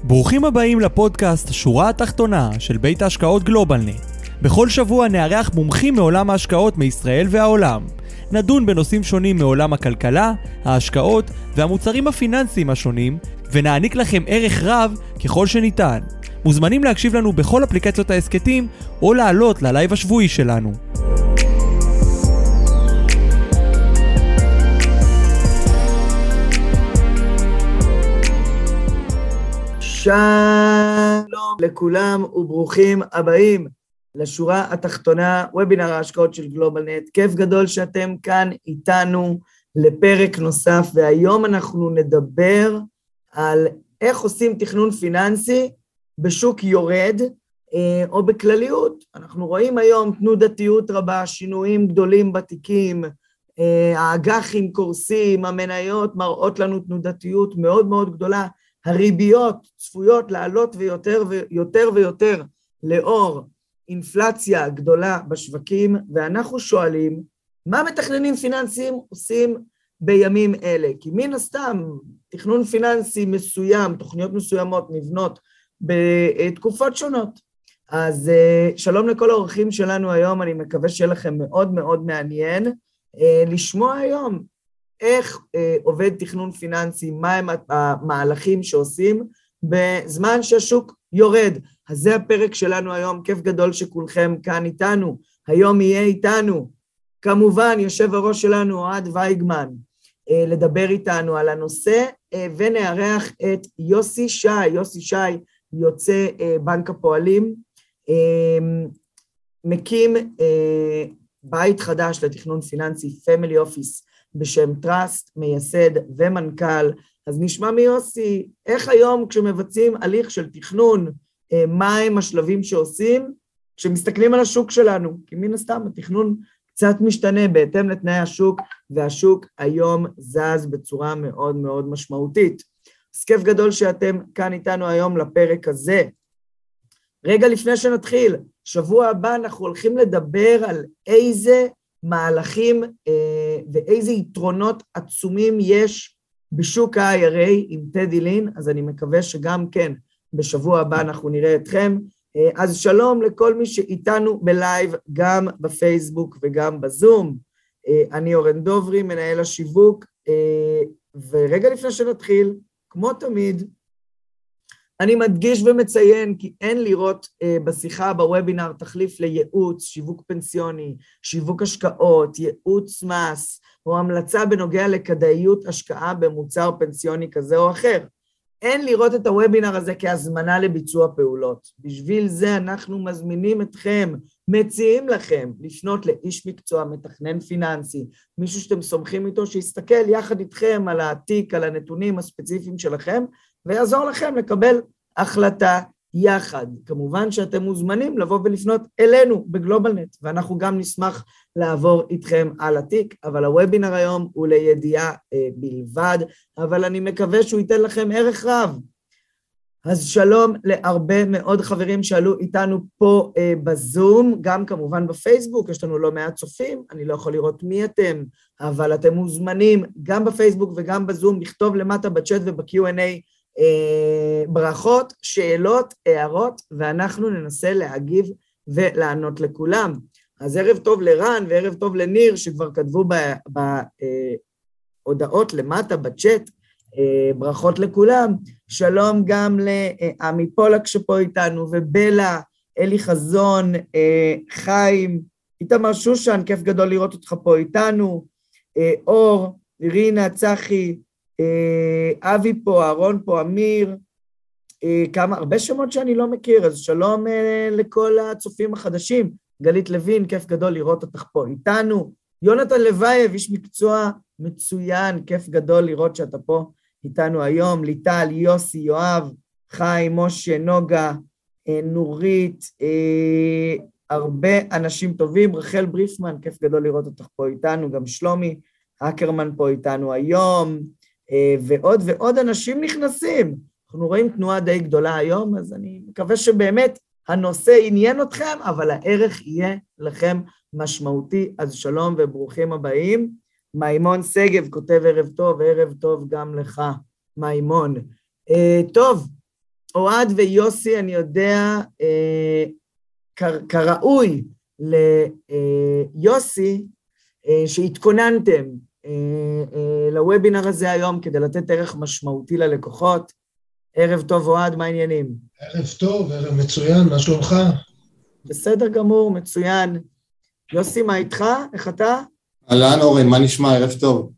ברוכים הבאים לפודקאסט שורה התחתונה של בית ההשקעות גלובלנט. בכל שבוע נארח מומחים מעולם ההשקעות מישראל והעולם. נדון בנושאים שונים מעולם הכלכלה, ההשקעות והמוצרים הפיננסיים השונים, ונעניק לכם ערך רב ככל שניתן. מוזמנים להקשיב לנו בכל אפליקציות העסקתים או לעלות ללייב השבועי שלנו. שלום לכולם וברוכים הבאים לשורה התחתונה, וובינר ההשקעות של גלובלנט. כיף גדול שאתם כאן איתנו לפרק נוסף, והיום אנחנו נדבר על איך עושים תכנון פיננסי בשוק יורד או בכלליות. אנחנו רואים היום תנודתיות רבה, שינויים גדולים בתיקים, האג"חים קורסים, המניות מראות לנו תנודתיות מאוד מאוד גדולה, הריביות צפויות לעלות ויותר ויותר לאור אינפלציה גדולה בשווקים, ואנחנו שואלים, מה מתכננים פיננסיים עושים בימים אלה? כי מן הסתם, תכנון פיננסי מסוים, תוכניות מסוימות נבנות בתקופות שונות. אז שלום לכל האורחים שלנו היום, אני מקווה שיהיה לכם מאוד מאוד מעניין לשמוע היום איך עובד תכנון פיננסי, מהם המהלכים שעושים בזמן שהשוק יורד. אז זה הפרק שלנו היום, כיף גדול שכולכם כאן איתנו. היום יהיה איתנו, כמובן, יושב הראש שלנו, אוהד וייגמן, לדבר איתנו על הנושא, ונארח את יוסי שי. יוסי שי יוצא בנק הפועלים, מקים בית חדש לתכנון פיננסי, פמילי אופיס, בשם טראסט, מייסד ומנכ"ל. אז נשמע מיוסי, איך היום כשמבצעים הליך של תכנון, מהם השלבים שעושים, כשמסתכלים על השוק שלנו, כי מן הסתם התכנון קצת משתנה בהתאם לתנאי השוק, והשוק היום זז בצורה מאוד מאוד משמעותית. אז כיף גדול שאתם כאן איתנו היום לפרק הזה. רגע לפני שנתחיל, שבוע הבא אנחנו הולכים לדבר על איזה מהלכים ואיזה יתרונות עצומים יש בשוק ה-IRA עם טדי לין, אז אני מקווה שגם כן בשבוע הבא אנחנו נראה אתכם. אז שלום לכל מי שאיתנו בלייב, גם בפייסבוק וגם בזום. אני אורן דוברי, מנהל השיווק, ורגע לפני שנתחיל, כמו תמיד, אני מדגיש ומציין כי אין לראות בשיחה, בוובינר, תחליף לייעוץ, שיווק פנסיוני, שיווק השקעות, ייעוץ מס, או המלצה בנוגע לכדאיות השקעה במוצר פנסיוני כזה או אחר. אין לראות את הוובינר הזה כהזמנה לביצוע פעולות. בשביל זה אנחנו מזמינים אתכם, מציעים לכם לפנות לאיש מקצוע, מתכנן פיננסי, מישהו שאתם סומכים איתו, שיסתכל יחד איתכם על העתיק, על הנתונים הספציפיים שלכם, ויעזור לכם לקבל החלטה יחד. כמובן שאתם מוזמנים לבוא ולפנות אלינו בגלובלנט, ואנחנו גם נשמח לעבור איתכם על התיק, אבל הוובינר היום הוא לידיעה בלבד, אבל אני מקווה שהוא ייתן לכם ערך רב. אז שלום להרבה מאוד חברים שעלו איתנו פה בזום, גם כמובן בפייסבוק, יש לנו לא מעט צופים, אני לא יכול לראות מי אתם, אבל אתם מוזמנים גם בפייסבוק וגם בזום, לכתוב למטה בצ'אט וב-Q&A ברכות, שאלות, הערות, ואנחנו ננסה להגיב ולענות לכולם. אז ערב טוב לרן וערב טוב לניר, שכבר כתבו בהודעות למטה בצ'אט, ברכות לכולם. שלום גם לעמי פולק שפה איתנו, ובלה, אלי חזון, חיים, איתמר שושן, כיף גדול לראות אותך פה איתנו, אור, רינה, צחי, אבי פה, אהרון פה, אמיר, הרבה שמות שאני לא מכיר, אז שלום לכל הצופים החדשים, גלית לוין, כיף גדול לראות אותך פה איתנו, יונתן לוייב, איש מקצוע מצוין, כיף גדול לראות שאתה פה איתנו היום, ליטל, יוסי, יואב, חיים, משה, נוגה, נורית, הרבה אנשים טובים, רחל בריפמן, כיף גדול לראות אותך פה איתנו, גם שלומי, הקרמן פה איתנו היום, ועוד ועוד אנשים נכנסים. אנחנו רואים תנועה די גדולה היום, אז אני מקווה שבאמת הנושא עניין אתכם, אבל הערך יהיה לכם משמעותי. אז שלום וברוכים הבאים. מימון סגב כותב ערב טוב, ערב טוב גם לך, מימון. טוב, אוהד ויוסי, אני יודע, כראוי ליוסי, שהתכוננתם לוובינר הזה היום כדי לתת ערך משמעותי ללקוחות. ערב טוב, אוהד, מה העניינים? ערב טוב, ערב מצוין, מה שלומך? בסדר גמור, מצוין. יוסי, מה איתך? איך אתה? אהלן אורן, מה נשמע? ערב טוב.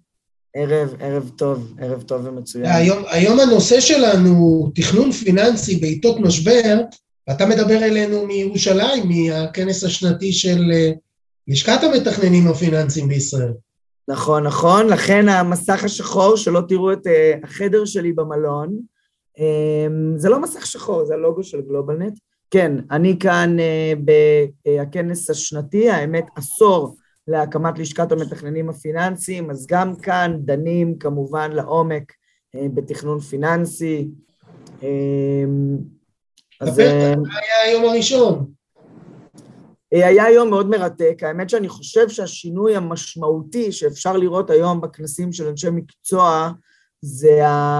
ערב טוב ומצוין. היום הנושא שלנו, תכנון פיננסי בעיתות משבר, ואתה מדבר אלינו מירושלים, מהכנס השנתי של לשכת המתכננים הפיננסיים בישראל. נכון, לכן המסך השחור, שלא תראו את החדר שלי במלון, זה לא מסך שחור, זה הלוגו של גלובלנט. כן, אני כאן בכנס השנתי, האמת עשור להקמת לשכת המתכננים הפיננסיים, אז גם כאן דנים כמובן לעומק בתכנון פיננסי. מה היה היום הראשון? היה יום מאוד מרתק, האמת שאני חושב שהשינוי המשמעותי שאפשר לראות היום בכנסים של אנשי מקצוע, זה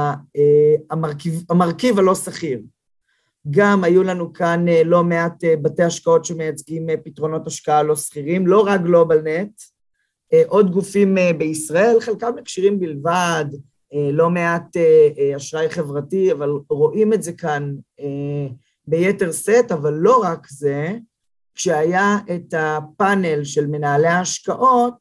המרכיב הלא שכיר. גם היו לנו כאן לא מעט בתי השקעות שמייצגים פתרונות השקעה לא שכירים, לא רק גלובלנט, עוד גופים בישראל, חלקם מקשירים בלבד, לא מעט אשראי חברתי, אבל רואים את זה כאן ביתר סט, אבל לא רק זה, כשהיה את הפאנל של מנהלי ההשקעות,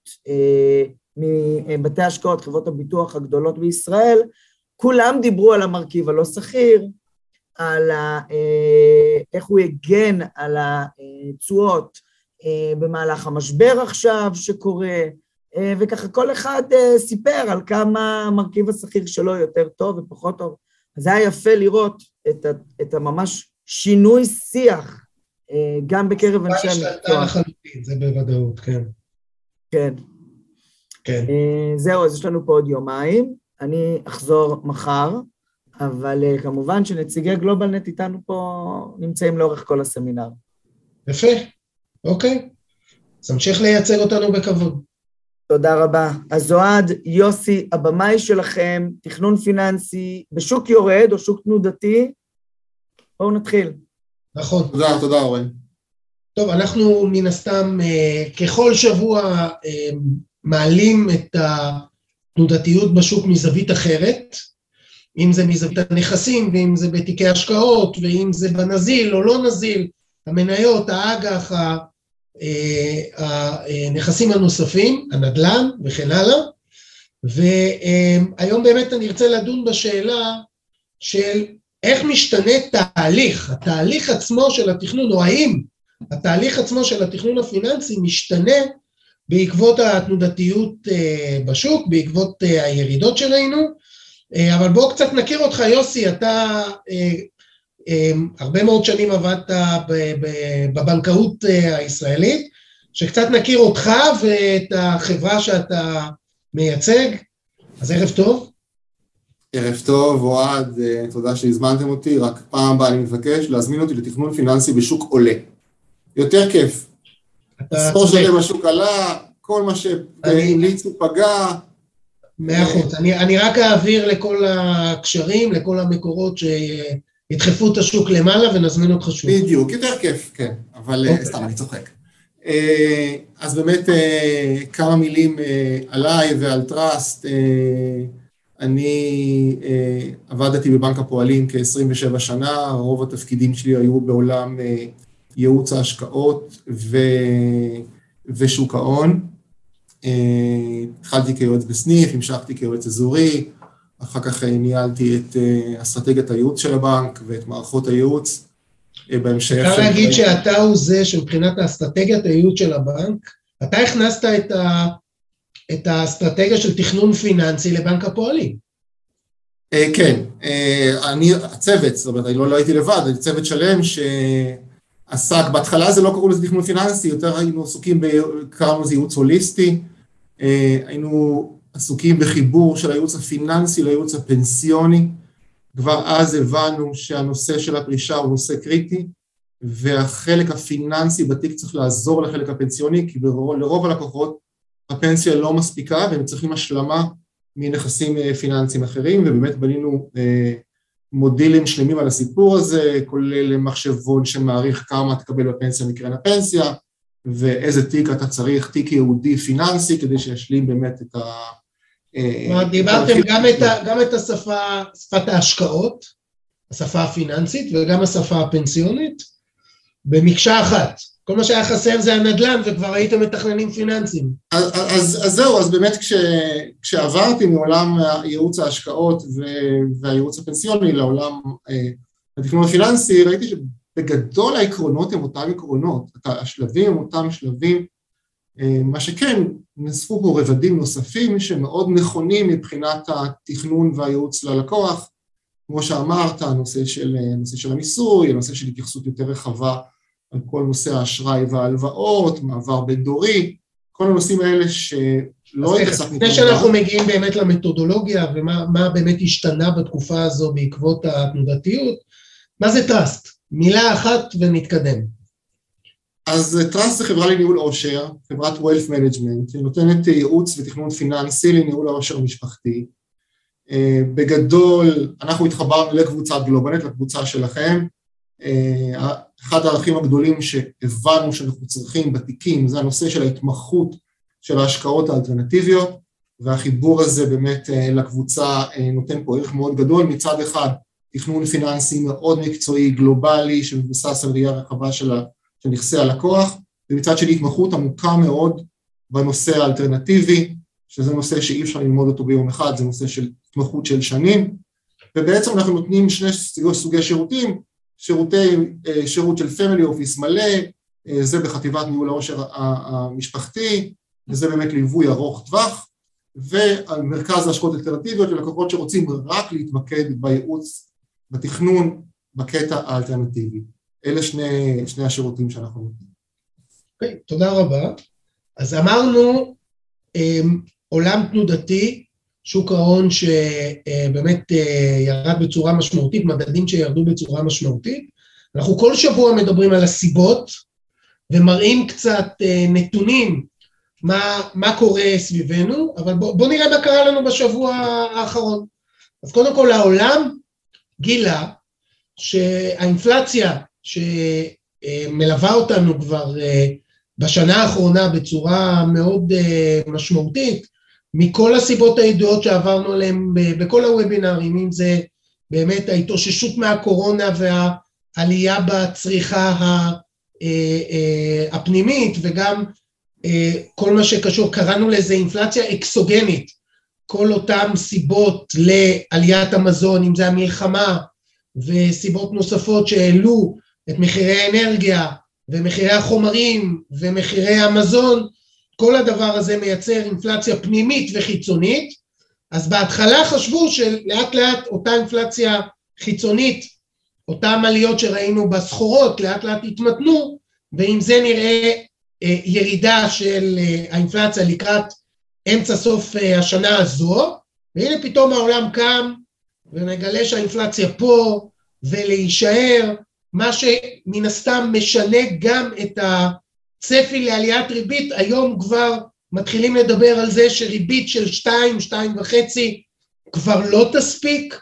מבתי ההשקעות, חברות הביטוח הגדולות בישראל, כולם דיברו על המרכיב הלא שכיר, על איך הוא הגן על התשואות במהלך המשבר עכשיו שקורה, וככה כל אחד סיפר על כמה מרכיב השכיר שלו יותר טוב ופחות טוב. אז היה יפה לראות את הממש שינוי שיח, גם בקרב אנשי המקצוע. זה בוודאות, כן. כן. זהו, אז יש לנו פה עוד יומיים, אני אחזור מחר, אבל כמובן שנציגי גלובלנט איתנו פה נמצאים לאורך כל הסמינר. יפה, אוקיי. אז המשך לייצג אותנו בכבוד. תודה רבה. אז אוהד, יוסי, הבמאי שלכם, תכנון פיננסי, בשוק יורד או שוק תנודתי, בואו נתחיל. נכון. תודה אורן. טוב, אנחנו מן הסתם ככל שבוע מעלים את התנודתיות בשוק מזווית אחרת, אם זה מזווית הנכסים, ואם זה בתיקי השקעות, ואם זה בנזיל או לא נזיל, המניות, האג"ח, הנכסים הנוספים, הנדל"ן וכן הלאה, והיום באמת אני ארצה לדון בשאלה של איך משתנה התהליך עצמו של התכנון, או האם התהליך עצמו של התכנון הפיננסי משתנה בעקבות התנודתיות בשוק, בעקבות הירידות שראינו, אבל בואו קצת נכיר אותך, יוסי, אתה הרבה מאוד שנים עבדת בבנקאות הישראלית, שקצת נכיר אותך ואת החברה שאתה מייצג, אז ערב טוב. ערב טוב, אוהד, תודה שהזמנתם אותי, רק פעם הבאה אני מבקש להזמין אותי לתכנון פיננסי בשוק עולה. יותר כיף. הספור שלהם בשוק עלה, כל מה שהמליצו פגע. 100%. אני רק אעביר לכל הקשרים, לכל המקורות שידחפו את השוק למעלה ונזמין אותך שוב. בדיוק, יותר כיף, כן, אבל סתם אני צוחק. אז באמת כמה מילים עליי ועל טראסט. אני עבדתי בבנק הפועלים כ-27 שנה, רוב התפקידים שלי היו בעולם ייעוץ ההשקעות ושוק ההון. התחלתי כיועץ בסניף, המשכתי כיועץ אזורי, אחר כך ניהלתי את אסטרטגיית הייעוץ של הבנק ואת מערכות הייעוץ. אפשר להגיד שאתה הוא זה שמבחינת האסטרטגיית הייעוץ של הבנק, אתה הכנסת את האסטרטגיה של תכנון פיננסי לבנק הפועלים. כן, אני הצוות, זאת אומרת, אני לא הייתי לבד, אני צוות שלם שעסק, בהתחלה זה לא קראו לזה תכנון פיננסי, יותר היינו עסוקים, קראנו לזה ייעוץ הוליסטי, היינו עסוקים בחיבור של הייעוץ הפיננסי לייעוץ הפנסיוני, כבר אז הבנו שהנושא של הפרישה הוא נושא קריטי, והחלק הפיננסי בתיק צריך לעזור לחלק הפנסיוני, כי לרוב הלקוחות הפנסיה לא מספיקה, והם צריכים השלמה מנכסים פיננסיים אחרים, ובאמת בנינו מודלים שלמים על הסיפור הזה, כולל מחשבון שמעריך כמה תקבל בפנסיה מקרן הפנסיה, ואיזה תיק אתה צריך, תיק יהודי פיננסי, כדי שישלים באמת את ה... דיברתם גם את שפת ההשקעות, השפה הפיננסית, וגם השפה הפנסיונית, במקשה אחת. כל מה שהיה חסר זה הנדל"ן, וכבר הייתם מתכננים פיננסיים. אז זהו, אז באמת כשעברתי מעולם ייעוץ ההשקעות והייעוץ הפנסיוני לעולם התכנון הפיננסי, ראיתי שבגדול העקרונות הם אותם עקרונות, השלבים הם אותם שלבים, מה שכן, נוספו פה רבדים נוספים שמאוד נכונים מבחינת התכנון והייעוץ ללקוח, כמו שאמרת, הנושא של המיסוי, הנושא של התייחסות יותר רחבה על כל נושא האשראי וההלוואות, מעבר בין דורי, כל הנושאים האלה שלא התעסקנו. לפני שאנחנו מגיעים באמת למתודולוגיה, ומה באמת השתנה בתקופה הזו בעקבות התנודתיות, מה זה טראסט? מילה אחת ונתקדם. אז טראסט זה חברה לניהול עושר, חברת wealth management, היא נותנת ייעוץ ותכנון פיננסי לניהול העושר המשפחתי. בגדול, אנחנו התחברנו לקבוצה גלובלית, לקבוצה שלכם. אחד הערכים הגדולים שהבנו שאנחנו צריכים בתיקים, זה הנושא של ההתמחות של ההשקעות האלטרנטיביות, והחיבור הזה באמת לקבוצה נותן פה ערך מאוד גדול. מצד אחד, תכנון פיננסי מאוד מקצועי, גלובלי, שמבוסס על ראייה רחבה של נכסי הלקוח, ומצד שני התמחות עמוקה מאוד בנושא האלטרנטיבי, שזה נושא שאי אפשר ללמוד אותו ביום אחד, זה נושא של התמחות של שנים, ובעצם אנחנו נותנים שני סוגי שירותים, שירות של פמילי אופיס מלא, זה בחטיבת ניהול העושר המשפחתי, וזה באמת ליווי ארוך טווח, ומרכז ההשקעות אלטרנטיביות ללקוחות שרוצים רק להתמקד בייעוץ, בתכנון, בקטע האלטרנטיבי. אלה שני השירותים שאנחנו נותנים. אוקיי, תודה רבה. אז אמרנו, עולם תנודתי, שוק ההון שבאמת ירד בצורה משמעותית, מדדים שירדו בצורה משמעותית. אנחנו כל שבוע מדברים על הסיבות, ומראים קצת נתונים מה קורה סביבנו, אבל בוא נראה מה קרה לנו בשבוע האחרון. אז קודם כל העולם גילה שהאינפלציה שמלווה אותנו כבר בשנה האחרונה בצורה מאוד משמעותית, מכל הסיבות הידועות שעברנו עליהן בכל הוובינרים, אם זה באמת ההתאוששות מהקורונה והעלייה בצריכה הפנימית, וגם כל מה שקשור, קראנו לזה אינפלציה אקסוגנית, כל אותם סיבות לעליית המזון, אם זה המלחמה, וסיבות נוספות שהעלו את מחירי האנרגיה, ומחירי החומרים, ומחירי המזון, כל הדבר הזה מייצר אינפלציה פנימית וחיצונית. אז בהתחלה חשבו שלאט לאט אותה אינפלציה חיצונית, אותם עליות שראינו בסחורות, לאט לאט התמתנו, ועם זה נראה ירידה של האינפלציה לקראת אמצע סוף השנה הזו, והנה פתאום העולם קם ומגלה שהאינפלציה פה ולהישאר, מה שמן הסתם משנה גם את הצפי לעליית ריבית. היום כבר מתחילים לדבר על זה שריבית של 2.5 כבר לא תספיק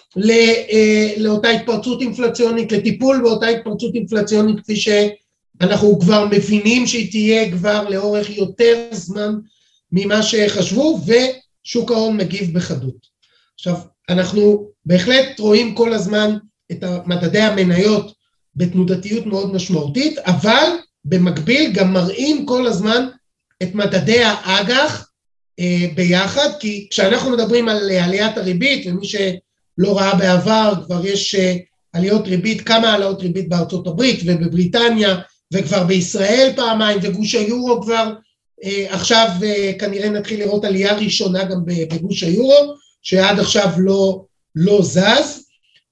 לאותה התפרצות אינפלציונית, לטיפול באותה התפרצות אינפלציונית כפי שאנחנו כבר מבינים שהיא תהיה כבר לאורך יותר זמן ממה שחשבו, ושוק ההון מגיב בחדות. עכשיו, אנחנו בהחלט רואים כל הזמן את מדדי המניות בתנודתיות מאוד משמעותית, אבל במקביל גם מראים כל הזמן את מדדי האג"ח ביחד, כי כשאנחנו מדברים על עליית הריבית, ומי שלא ראה בעבר, כבר יש עליות ריבית, כמה העלאות ריבית בארצות הברית ובבריטניה, וכבר בישראל פעמיים, וגוש היורו כבר, עכשיו כנראה נתחיל לראות עלייה ראשונה גם בגוש היורו, שעד עכשיו לא זז.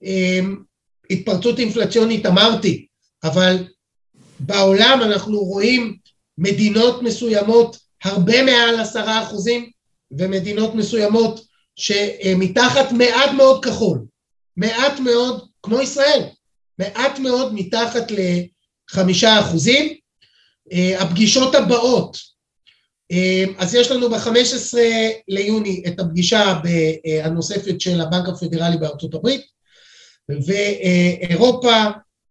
התפרצות אינפלציונית אמרתי, אבל בעולם אנחנו רואים מדינות מסוימות הרבה מעל 10%, ומדינות מסוימות שמתחת מעט מאוד כחול, מעט מאוד, כמו ישראל, מעט מאוד מתחת ל5%. הפגישות הבאות, אז יש לנו ב-15 ליוני את הפגישה הנוספת של הבנק הפדרלי בארצות הברית, ואירופה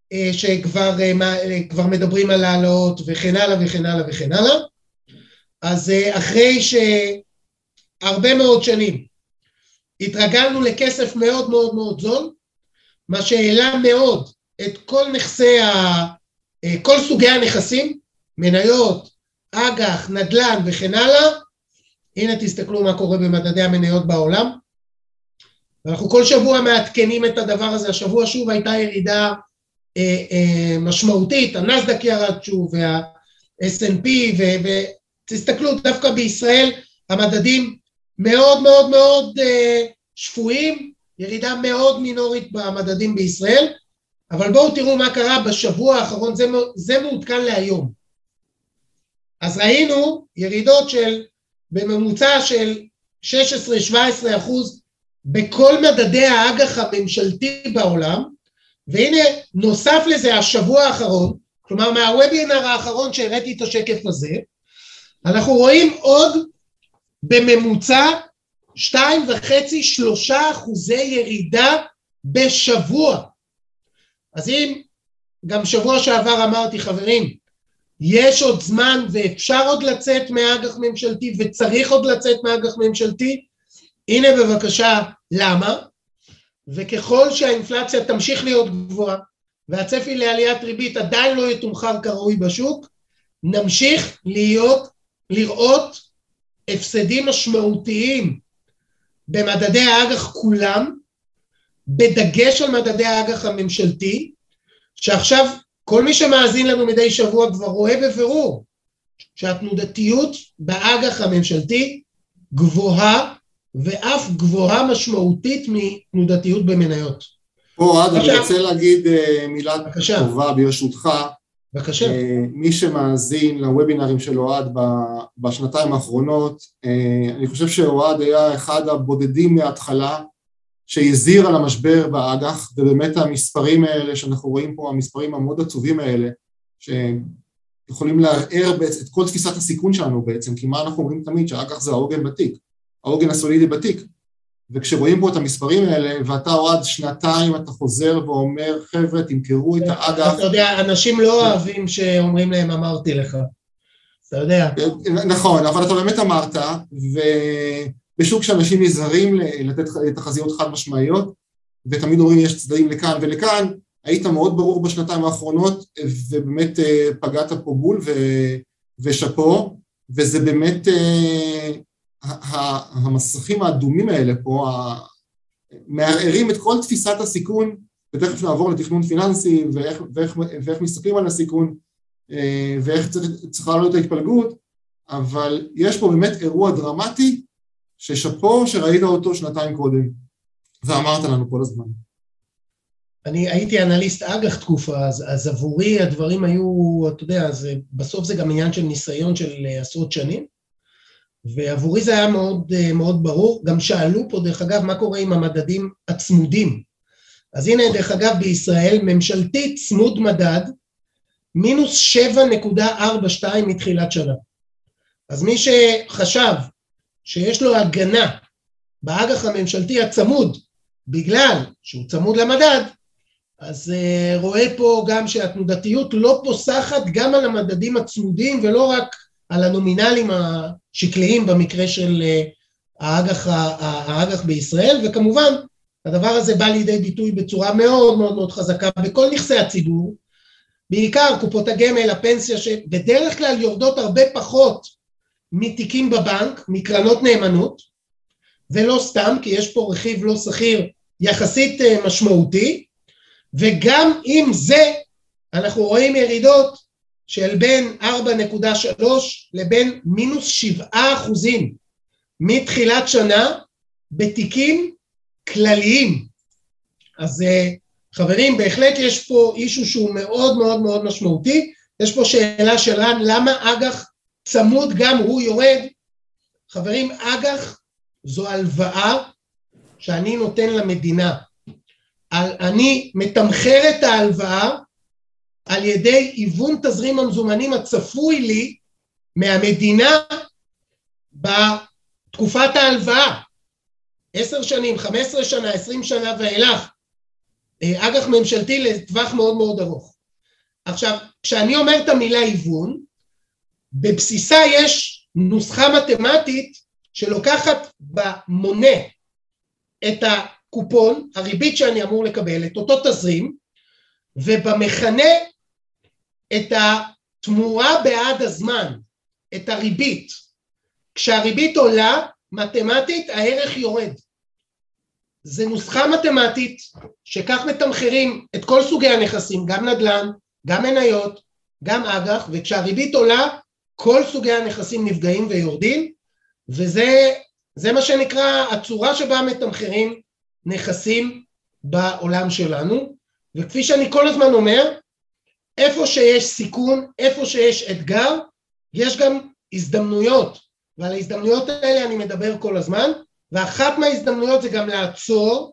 שכבר מדברים על העלאות וכן הלאה וכן הלאה וכן הלאה. אז אחרי שהרבה מאוד שנים התרגלנו לכסף מאוד מאוד מאוד זול, מה שהעלה מאוד את כל סוגי הנכסים, מניות, אג"ח, נדל"ן וכן הלאה. הנה תסתכלו מה קורה במדדי המניות בעולם. ואנחנו כל שבוע מעדכנים את הדבר הזה. השבוע שוב הייתה ירידה משמעותית, הנסדק ירד שוב וה-S&P, ותסתכלו דווקא בישראל המדדים מאוד מאוד מאוד שפויים, ירידה מאוד מינורית במדדים בישראל, אבל בואו תראו מה קרה בשבוע האחרון, זה מעודכן להיום. אז ראינו ירידות בממוצע של 16-17% בכל מדדי האג"ח הממשלתי בעולם, והנה נוסף לזה השבוע האחרון, כלומר מהוובינר האחרון שהראיתי את השקף הזה, אנחנו רואים עוד בממוצע 2.5-3% ירידה בשבוע. אז אם גם שבוע שעבר אמרתי חברים, יש עוד זמן ואפשר עוד לצאת מאג"ח ממשלתי וצריך עוד לצאת מאג"ח ממשלתי, הנה בבקשה למה, וככל שהאינפלציה תמשיך להיות גבוהה והצפי לעליית ריבית עדיין לא יתומחר כראוי בשוק, נמשיך לראות הפסדים משמעותיים במדדי האג"ח כולם, בדגש על מדדי האג"ח הממשלתי, שעכשיו כל מי שמאזין לנו מדי שבוע כבר רואה בבירור שהתנודתיות באג"ח הממשלתי גבוהה, ואף גבוהה משמעותית מתנודתיות במניות. אוהד, אני רוצה להגיד מילה טובה ברשותך. בבקשה. מי שמאזין לוובינרים של אוהד בשנתיים האחרונות, אני חושב שאוהד היה אחד הבודדים מההתחלה, שהזהיר על המשבר באג"ח, ובאמת המספרים האלה שאנחנו רואים פה, המספרים המאוד עצובים האלה, שיכולים לערער את כל תפיסת הסיכון שלנו בעצם, כי מה אנחנו אומרים תמיד, שהאג"ח זה העוגן בתיק, העוגן הסולידי בתיק, וכשרואים פה את המספרים האלה, ואתה עוד שנתיים אתה חוזר ואומר, חבר'ה, תמכרו את האג"ח. אתה יודע, אנשים לא אוהבים שאומרים להם, אמרתי לך, אתה יודע. נכון, אבל אתה באמת אמרת, בשוק שאנשים נזהרים לתת תחזיות חד משמעיות, ותמיד אומרים יש צדדים לכאן ולכאן, היית מאוד ברור בשנתיים האחרונות, ובאמת פגעת פה בול ושפו, וזה באמת המסכים האדומים האלה פה, מערערים את כל תפיסת הסיכון, ותכף נעבור לתכנון פיננסי, ואיך מסתכלים על הסיכון, ואיך צריכה להיות ההתפלגות, אבל יש פה באמת אירוע דרמטי, ששפו שראית אותו שנתיים קודם, ואמרת לנו כל הזמן. אני הייתי אנליסט אג"ח תקופה, אז עבורי הדברים היו, אתה יודע, בסוף זה גם עניין של ניסיון של עשרות שנים, ועבורי זה היה מאוד, מאוד ברור. גם שאלו פה דרך אגב מה קורה עם המדדים הצמודים. אז הנה דרך אגב בישראל ממשלתית צמוד מדד, מינוס 7.42 מתחילת שנה. אז מי שחשב שיש לו הגנה באג"ח הממשלתי הצמוד, בגלל שהוא צמוד למדד, אז רואה פה גם שהתנודתיות לא פוסחת גם על המדדים הצמודים, ולא רק על הנומינלים השקליים במקרה של האג"ח בישראל, וכמובן הדבר הזה בא לידי ביטוי בצורה מאוד מאוד מאוד חזקה בכל נכסי הציבור, בעיקר קופות הגמל, הפנסיה, שבדרך כלל יורדות הרבה פחות מתיקים בבנק, מקרנות נאמנות, ולא סתם, כי יש פה רכיב לא סחיר יחסית משמעותי, וגם עם זה אנחנו רואים ירידות של בין 4.3 לבין מינוס 7% מתחילת שנה בתיקים כלליים. אז חברים, בהחלט יש פה אישו שהוא מאוד מאוד מאוד משמעותי. יש פה שאלה של רן, למה אג"ח צמוד גם הוא יורד? חברים, אג"ח זו הלוואה שאני נותן למדינה. אני מתמחר את ההלוואה על ידי היוון תזרים המזומנים הצפוי לי מהמדינה בתקופת ההלוואה. 10 שנים, 15 שנה, 20 שנה ואילך. אג"ח ממשלתי לטווח מאוד מאוד ארוך. עכשיו, כשאני אומר את המילה היוון, בבסיסה יש נוסחה מתמטית שלוקחת במונה את הקופון, הריבית שאני אמור לקבל, את אותו תזרים, ובמכנה את התמורה בעד הזמן, את הריבית. כשהריבית עולה, מתמטית הערך יורד. זה נוסחה מתמטית שכך מתמחרים את כל סוגי הנכסים, גם נדל"ן, גם מניות, גם אג"ח, וכשהריבית עולה, כל סוגי הנכסים נפגעים ויורדים, וזה מה שנקרא הצורה שבה מתמחרים נכסים בעולם שלנו, וכפי שאני כל הזמן אומר, איפה שיש סיכון, איפה שיש אתגר, יש גם הזדמנויות, ועל ההזדמנויות האלה אני מדבר כל הזמן, ואחת מההזדמנויות זה גם לעצור,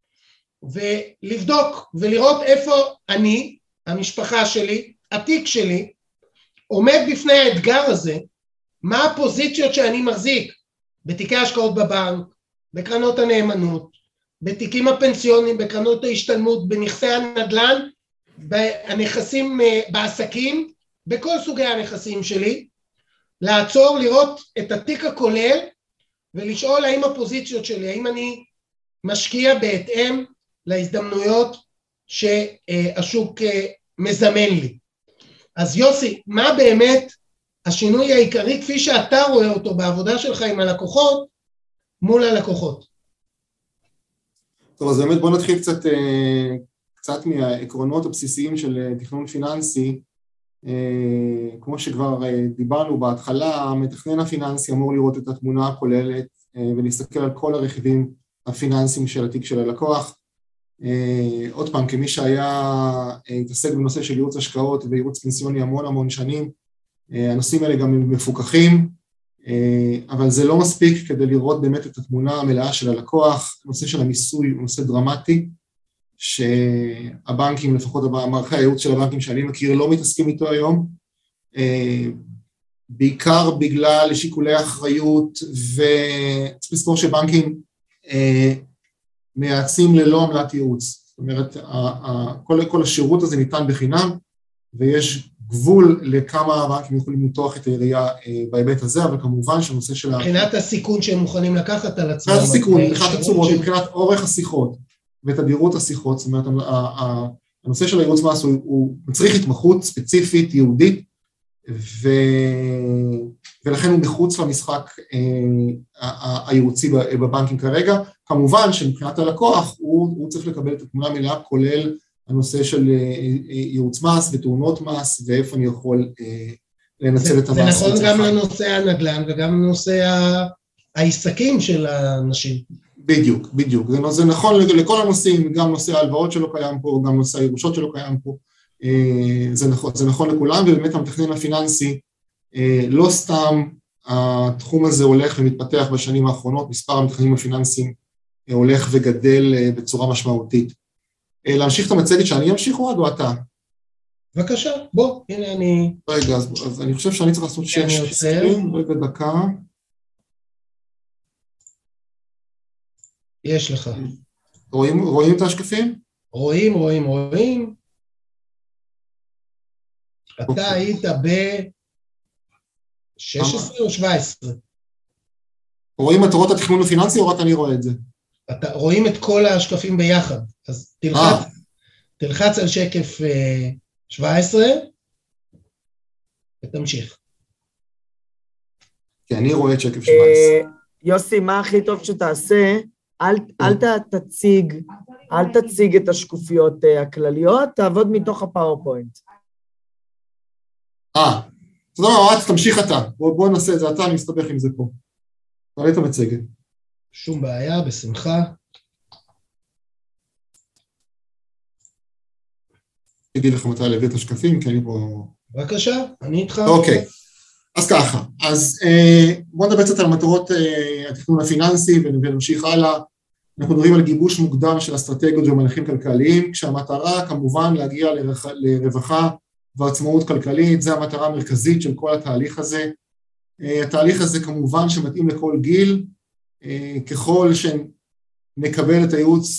ולבדוק, ולראות איפה אני, המשפחה שלי, התיק שלי, עומד בפני האתגר הזה, מה הפוזיציות שאני מחזיק, בתיקי ההשקעות בבנק, בקרנות הנאמנות, בתיקים הפנסיונים, בקרנות ההשתלמות, בנכסי הנדל"ן, בנכסים בעסקים, בכל סוגי הנכסים שלי, לעצור, לראות את התיק הכולל, ולשאול האם הפוזיציות שלי, האם אני משקיע בהתאם להזדמנויות שהשוק מזמן לי. אז יוסי, מה באמת השינוי העיקרי כפי שאתה רואה אותו בעבודה שלך עם הלקוחות מול הלקוחות? טוב, אז באמת בוא נתחיל קצת מהעקרונות הבסיסיים של תכנון פיננסי. כמו שכבר דיברנו בהתחלה, המתכנן הפיננסי אמור לראות את התמונה הכוללת ולהסתכל על כל הרכיבים הפיננסיים של התיק של הלקוח. עוד פעם, כמי שהיה התעסק בנושא של ייעוץ השקעות וייעוץ פנסיוני המון שנים, הנושאים האלה גם מפוקחים, אבל זה לא מספיק כדי לראות באמת את התמונה המלאה של הלקוח. הנושא של המיסוי הוא נושא דרמטי, שהבנקים, לפחות מערכי הייעוץ של הבנקים שאני מכיר, לא מתעסקים איתו היום, בעיקר בגלל שיקולי אחריות, וצריך לזכור שבנקים מייעצים ללא עמלת ייעוץ. זאת אומרת, כל השירות הזה ניתן בחינם, ויש גבול לכמה הבנקים יכולים למתוח את העירייה בהיבט הזה, אבל כמובן שהנושא של... מבחינת הסיכון שהם מוכנים לקחת על עצמם. מבחינת הסיכון, מבחינת התשומות, מבחינת אורך השיחות ותדירות השיחות, זאת אומרת, הנושא של הייעוץ מס הוא מצריך התמחות ספציפית, יהודית, ולכן הוא מחוץ למשחק הייעוצי בבנקים כרגע. כמובן שמבחינת הלקוח הוא צריך לקבל את התמונה המלאה, כולל הנושא של ייעוץ מס ותאונות מס, ואיפה אני יכול לנצל את המס. זה נכון גם לנושא הנדל"ן וגם לנושא העסקים של האנשים. בדיוק. זה נכון לכל הנושאים, גם נושא ההלוואות שלו קיים פה, גם נושא הירושות שלו קיים פה. זה נכון לכולם, ובאמת המתכנן הפיננסי, לא סתם התחום הזה הולך ומתפתח בשנים האחרונות, מספר המתכננים הפיננסיים הולך וגדל בצורה משמעותית. להמשיך את המצגת שאני אמשיך או אתה? בבקשה, בוא, הנה אני... רגע, אז אני חושב שאני צריך לעשות רגע דקה. יש לך. רואים את השקפים? רואים. אתה היית ב-16 או 17? רואים מטרות התכנון הפיננסי או רק אני רואה את זה? רואים את כל השקפים ביחד, אז תלחץ על שקף 17 ותמשיך. כי אני רואה את שקף 17. יוסי, מה הכי טוב שתעשה? אל תציג את השקופיות הכלליות, תעבוד מתוך הפאורפוינט. תודה רבה, תמשיך אתה. בוא נעשה את זה, אתה אני מסתבך עם זה פה. תעלה את המצגת. שום בעיה, בשמחה. אגיד לך מתי להביא את השקפים, כי אני פה... בבקשה, אני איתך. אוקיי, אז ככה. אז בוא נדבר קצת על מטרות התכנון הפיננסי ונמשיך הלאה. אנחנו מדברים על גיבוש מוקדם של אסטרטגיות ומהלכים כלכליים, כשהמטרה כמובן להגיע לרווחה ועצמאות כלכלית, זו המטרה המרכזית של כל התהליך הזה. התהליך הזה כמובן שמתאים לכל גיל, ככל שנקבל את הייעוץ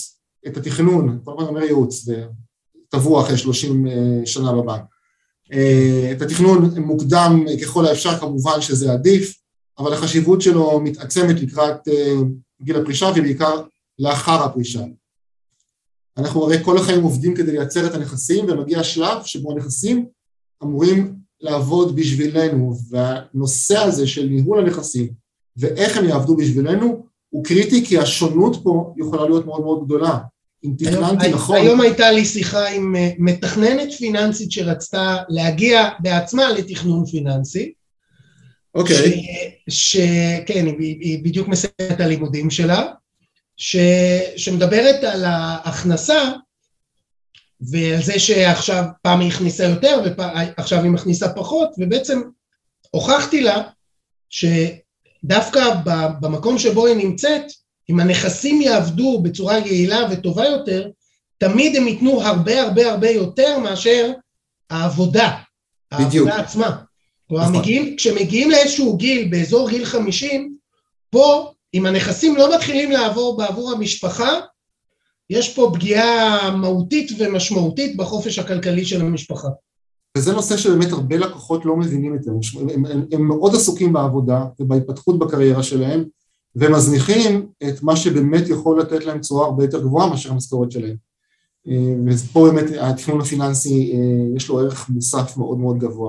את התכנון, כל הזמן אומר ייעוץ, טבוע אחרי 30 שנה בבנק. את התכנון מוקדם ככל האפשר, כמובן שזה עדיף, אבל החשיבות שלו מתעצמת לקראת גיל הפרישה, ובעיקר לאחר הפרישה. אנחנו הרי כל החיים עובדים כדי לייצר את הנכסים, ומגיע השלב שבו הנכסים אמורים לעבוד בשבילנו, והנושא הזה של ניהול הנכסים, ואיך הם יעבדו בשבילנו, הוא קריטי, כי השונות פה יכולה להיות מאוד מאוד גדולה. אם תכננתי נכון... היום הייתה לי שיחה עם מתכננת פיננסית שרצתה להגיע בעצמה לתכנון פיננסי, אוקיי. כן, היא בדיוק מסיימת את הלימודים שלה, שמדברת על ההכנסה, ועל זה שעכשיו פעם היא הכניסה יותר, ועכשיו היא מכניסה פחות, ובעצם הוכחתי לה שדווקא במקום שבו היא נמצאת, אם הנכסים יעבדו בצורה יעילה וטובה יותר, תמיד הם ייתנו הרבה הרבה הרבה יותר מאשר העבודה, העבודה עצמה. נכון. כשמגיעים לאיזשהו גיל, באזור גיל 50, פה, אם הנכסים לא מתחילים לעבור בעבור המשפחה, יש פה פגיעה מהותית ומשמעותית בחופש הכלכלי של המשפחה. וזה נושא שבאמת הרבה לקוחות לא מבינים את זה, הם מאוד עסוקים בעבודה ובהתפתחות בקריירה שלהם, ומזניחים את מה שבאמת יכול לתת להם צורה הרבה יותר גבוהה מאשר המשכורת שלהם. ופה באמת התכנון הפיננסי יש לו ערך מוסף מאוד מאוד גבוה.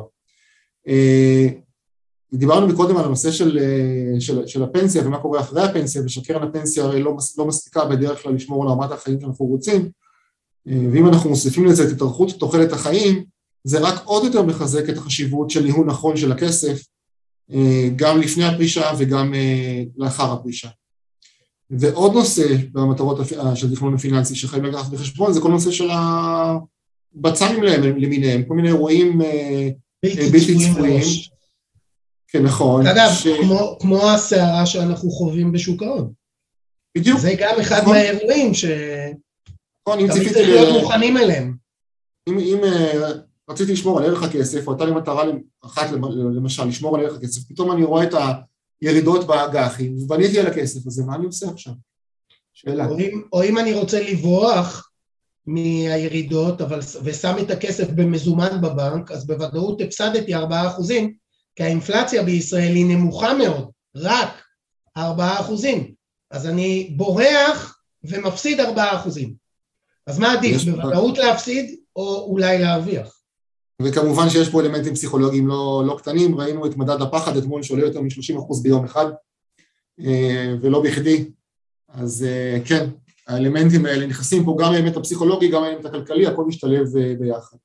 דיברנו מקודם על הנושא של הפנסיה ומה קורה אחרי הפנסיה, ושקרן הפנסיה הרי לא מספיקה בדרך כלל לשמור על רמת החיים שאנחנו רוצים, ואם אנחנו מוסיפים לזה את התארכות תוחלת החיים, זה רק עוד יותר מחזק את החשיבות של ניהול נכון של הכסף, גם לפני הפרישה וגם לאחר הפרישה. ועוד נושא במטרות של תכנון הפיננסי שחייבים לקחת בחשבון, זה כל נושא של הבצ"מים למיניהם, כל מיני אירועים בלתי צפויים. כן, נכון. אגב, כמו הסערה שאנחנו חווים בשוק ההון. בדיוק. זה גם אחד מהאירועים שתמיד צריך להיות מוכנים אליהם. אם רציתי לשמור על ערך הכסף, או הייתה לי מטרה אחת למשל, לשמור על ערך הכסף, פתאום אני רואה את הירידות באג"חים, ובניתי על הכסף הזה, מה אני עושה עכשיו? שאלה. או אם אני רוצה לברוח מהירידות, ושם את הכסף במזומן בבנק, אז בוודאות הפסדתי 4%, כי האינפלציה בישראל היא נמוכה מאוד, רק 4%. אז אני בורח ומפסיד 4%. אז מה עדיף, בוודאות להפסיד או אולי להרוויח? וכמובן שיש פה אלמנטים פסיכולוגיים לא קטנים, ראינו את מדד הפחד אתמול שעולה יותר מ-30% ביום אחד, ולא בכדי. אז כן, האלמנטים האלה נכנסים פה גם האלמנט הפסיכולוגי, גם האלמנט הכלכלי, הכל משתלב ביחד.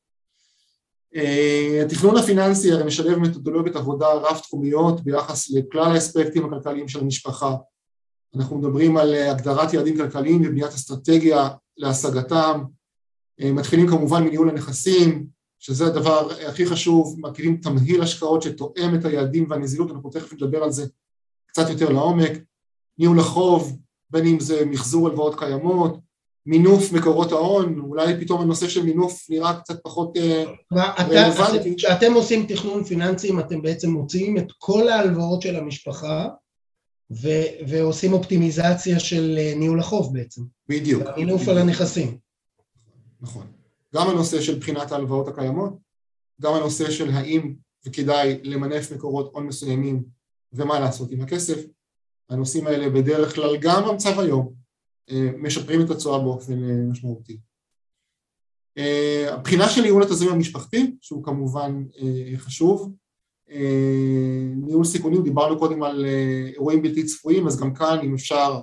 התכנון הפיננסי הרי משלב מתודולוגיות עבודה רב-תחומיות ביחס לכלל האספקטים הכלכליים של המשפחה. אנחנו מדברים על הגדרת יעדים כלכליים ובניית אסטרטגיה להשגתם, מתחילים כמובן מניהול הנכסים, שזה הדבר הכי חשוב, מכירים תמהיל השקעות שתואם את היעדים והנזילות, אנחנו תכף נדבר על זה קצת יותר לעומק, ניהול החוב, בין אם זה מחזור הלוואות קיימות, מינוף מקורות ההון, אולי פתאום הנושא של מינוף נראה קצת פחות רלוונטי. כשאתם עושים תכנון פיננסים, אתם בעצם מוציאים את כל ההלוואות של המשפחה, ועושים אופטימיזציה של ניהול החוב בעצם. בדיוק. מינוף על הנכסים. נכון. גם הנושא של בחינת ההלוואות הקיימות, גם הנושא של האם וכדאי למנף מקורות הון מסוימים, ומה לעשות עם הכסף. הנושאים האלה בדרך כלל גם במצב היום, משפרים את התשואה באופן משמעותי. הבחינה של ניהול התזרים המשפחתי, שהוא כמובן חשוב, ניהול סיכונים, דיברנו קודם על אירועים בלתי צפויים, אז גם כאן אם אפשר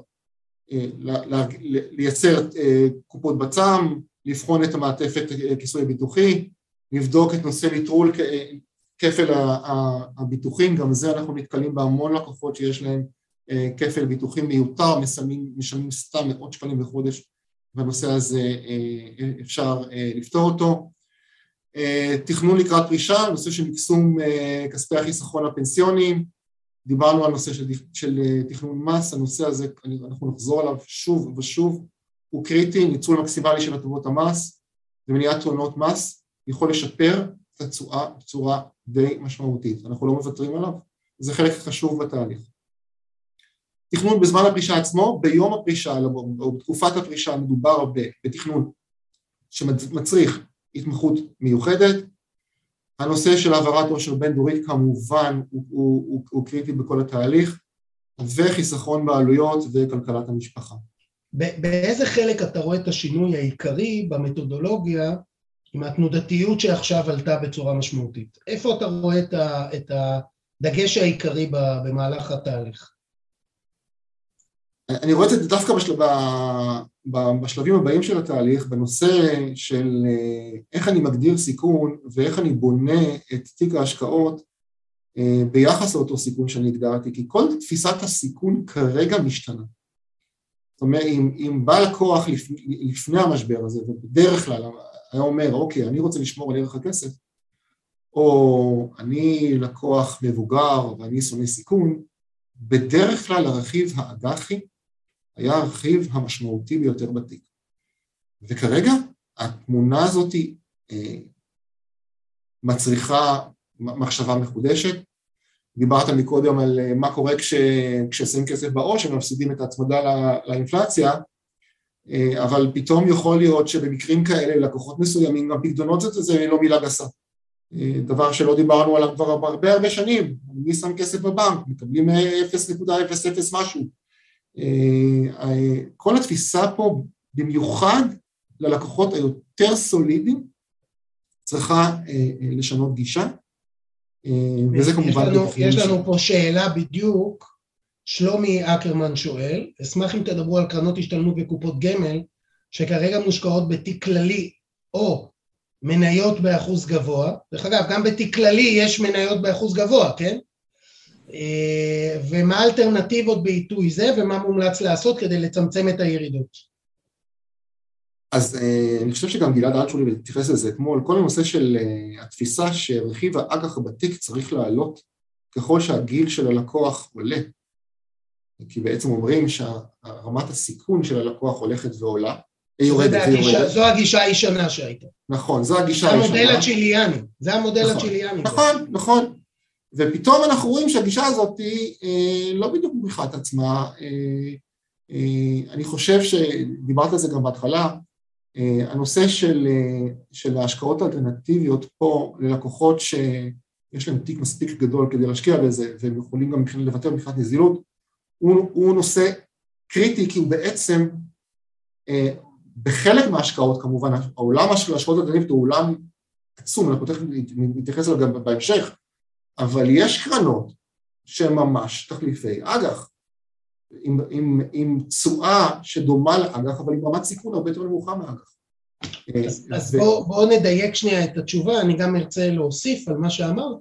לייצר קופות בצ"ם, לבחון את המעטפת כיסוי הביטוחי, לבדוק את נושא ניטרול כפל הביטוחים, גם זה אנחנו נתקלים בהמון לקוחות שיש להם כפל ביטוחים מיותר, משלמים סתם מאות שקלים בחודש, והנושא הזה אפשר לפתור אותו. תכנון לקראת פרישה, נושא של מקסום כספי החיסכון הפנסיוניים, דיברנו על נושא של תכנון מס, הנושא הזה אנחנו נחזור עליו שוב ושוב, הוא קריטי, ניצול מקסימלי של הטבות המס, ומניעת תאונות מס, יכול לשפר את התשואה בצורה די משמעותית, אנחנו לא מוותרים עליו, זה חלק חשוב בתהליך. תכנון בזמן הפרישה עצמו, ביום הפרישה, או בתקופת הפרישה, מדובר בתכנון שמצריך התמחות מיוחדת. הנושא של העברת עושר בין דורית כמובן הוא קריטי בכל התהליך, וחיסכון בעלויות וכלכלת המשפחה. באיזה חלק אתה רואה את השינוי העיקרי במתודולוגיה, עם התנודתיות שעכשיו עלתה בצורה משמעותית? איפה אתה רואה את הדגש העיקרי במהלך התהליך? אני רואה את זה דווקא בשלבים הבאים של התהליך, בנושא של איך אני מגדיר סיכון, ואיך אני בונה את תיק ההשקעות ביחס לאותו סיכון שאני הגדרתי, כי כל תפיסת הסיכון כרגע משתנה. זאת אומרת, אם בא לקוח לפני המשבר הזה, ובדרך כלל היה אומר, אוקיי, אני רוצה לשמור על ערך הכסף, או אני לקוח מבוגר ואני שונא סיכון, בדרך כלל הרכיב האג"חי היה הרכיב המשמעותי ביותר בתיק. וכרגע התמונה הזאת מצריכה מחשבה מחודשת. דיברת מקודם על מה קורה כששמים כסף בעו"ש, שמפסידים את ההצמדה לאינפלציה, אבל פתאום יכול להיות שבמקרים כאלה לקוחות מסוימים, הפקדונות זה לא מילה גסה. דבר שלא דיברנו עליו כבר הרבה שנים, מי שם כסף בבנק, מקבלים 0.00 משהו. כל התפיסה פה, במיוחד ללקוחות היותר סולידיים, צריכה לשנות גישה, וזה כמובן... יש לנו פה שאלה בדיוק, שלומי אקרמן שואל, אשמח אם תדברו על קרנות השתלמות וקופות גמל, שכרגע מושקעות בתיק כללי, או מניות באחוז גבוה, דרך אגב, גם בתיק כללי יש מניות באחוז גבוה, כן? ומה האלטרנטיבות בעיתוי זה, ומה מומלץ לעשות כדי לצמצם את הירידות? אז אני חושב שגם גלעד אלטשולר התייחס לזה אתמול, כל הנושא של התפיסה שרכיב האג"ח בתיק צריך לעלות ככל שהגיל של הלקוח עולה, כי בעצם אומרים שרמת הסיכון של הלקוח הולכת ועולה, זו הגישה הישנה שהייתה. נכון, זו הגישה הישנה. זה המודל הצ'יליאני. נכון. ופתאום אנחנו רואים שהגישה הזאת היא לא בדיוק מוכיחה את עצמה. אני חושב שדיברת על זה גם בהתחלה, הנושא של ההשקעות האלטרנטיביות פה ללקוחות שיש להם תיק מספיק גדול כדי להשקיע בזה, והם יכולים גם לוותר מבחינת נזילות, הוא נושא קריטי, כי הוא בעצם, בחלק מההשקעות כמובן, העולם של ההשקעות האלטרנטיביות הוא עולם עצום, אנחנו תכף נתייחס אליו גם בהמשך, אבל יש קרנות שהן ממש תחליפי אג"ח, עם תשואה שדומה לאג"ח, אבל עם רמת סיכון הרבה יותר נמוכה מאג"ח. אז בואו נדייק שנייה את התשובה, אני גם ארצה להוסיף על מה שאמרת,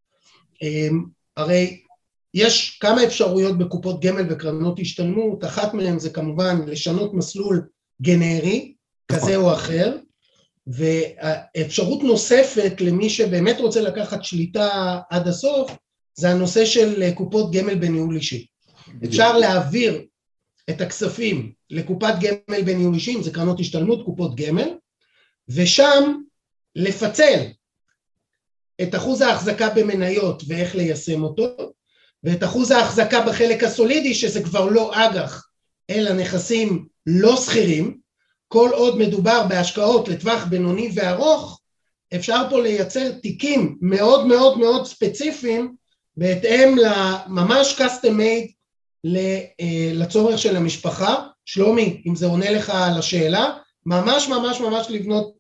הרי יש כמה אפשרויות בקופות גמל וקרנות השתלמות, אחת מהן זה כמובן לשנות מסלול גנרי, כזה או אחר, ואפשרות נוספת למי שבאמת רוצה לקחת שליטה עד הסוף, זה הנושא של קופות גמל בניהול אישי. אפשר להעביר את הכספים לקופת גמל בניהול אישי, אם זה קרנות השתלמות, קופות גמל, ושם לפצל את אחוז ההחזקה במניות ואיך ליישם אותו, ואת אחוז ההחזקה בחלק הסולידי, שזה כבר לא אג"ח, אלא נכסים לא סחירים, כל עוד מדובר בהשקעות לטווח בינוני וארוך, אפשר פה לייצר תיקים מאוד מאוד מאוד ספציפיים, בהתאם לממש custom made לצורך של המשפחה. שלומי, אם זה עונה לך על השאלה, ממש לבנות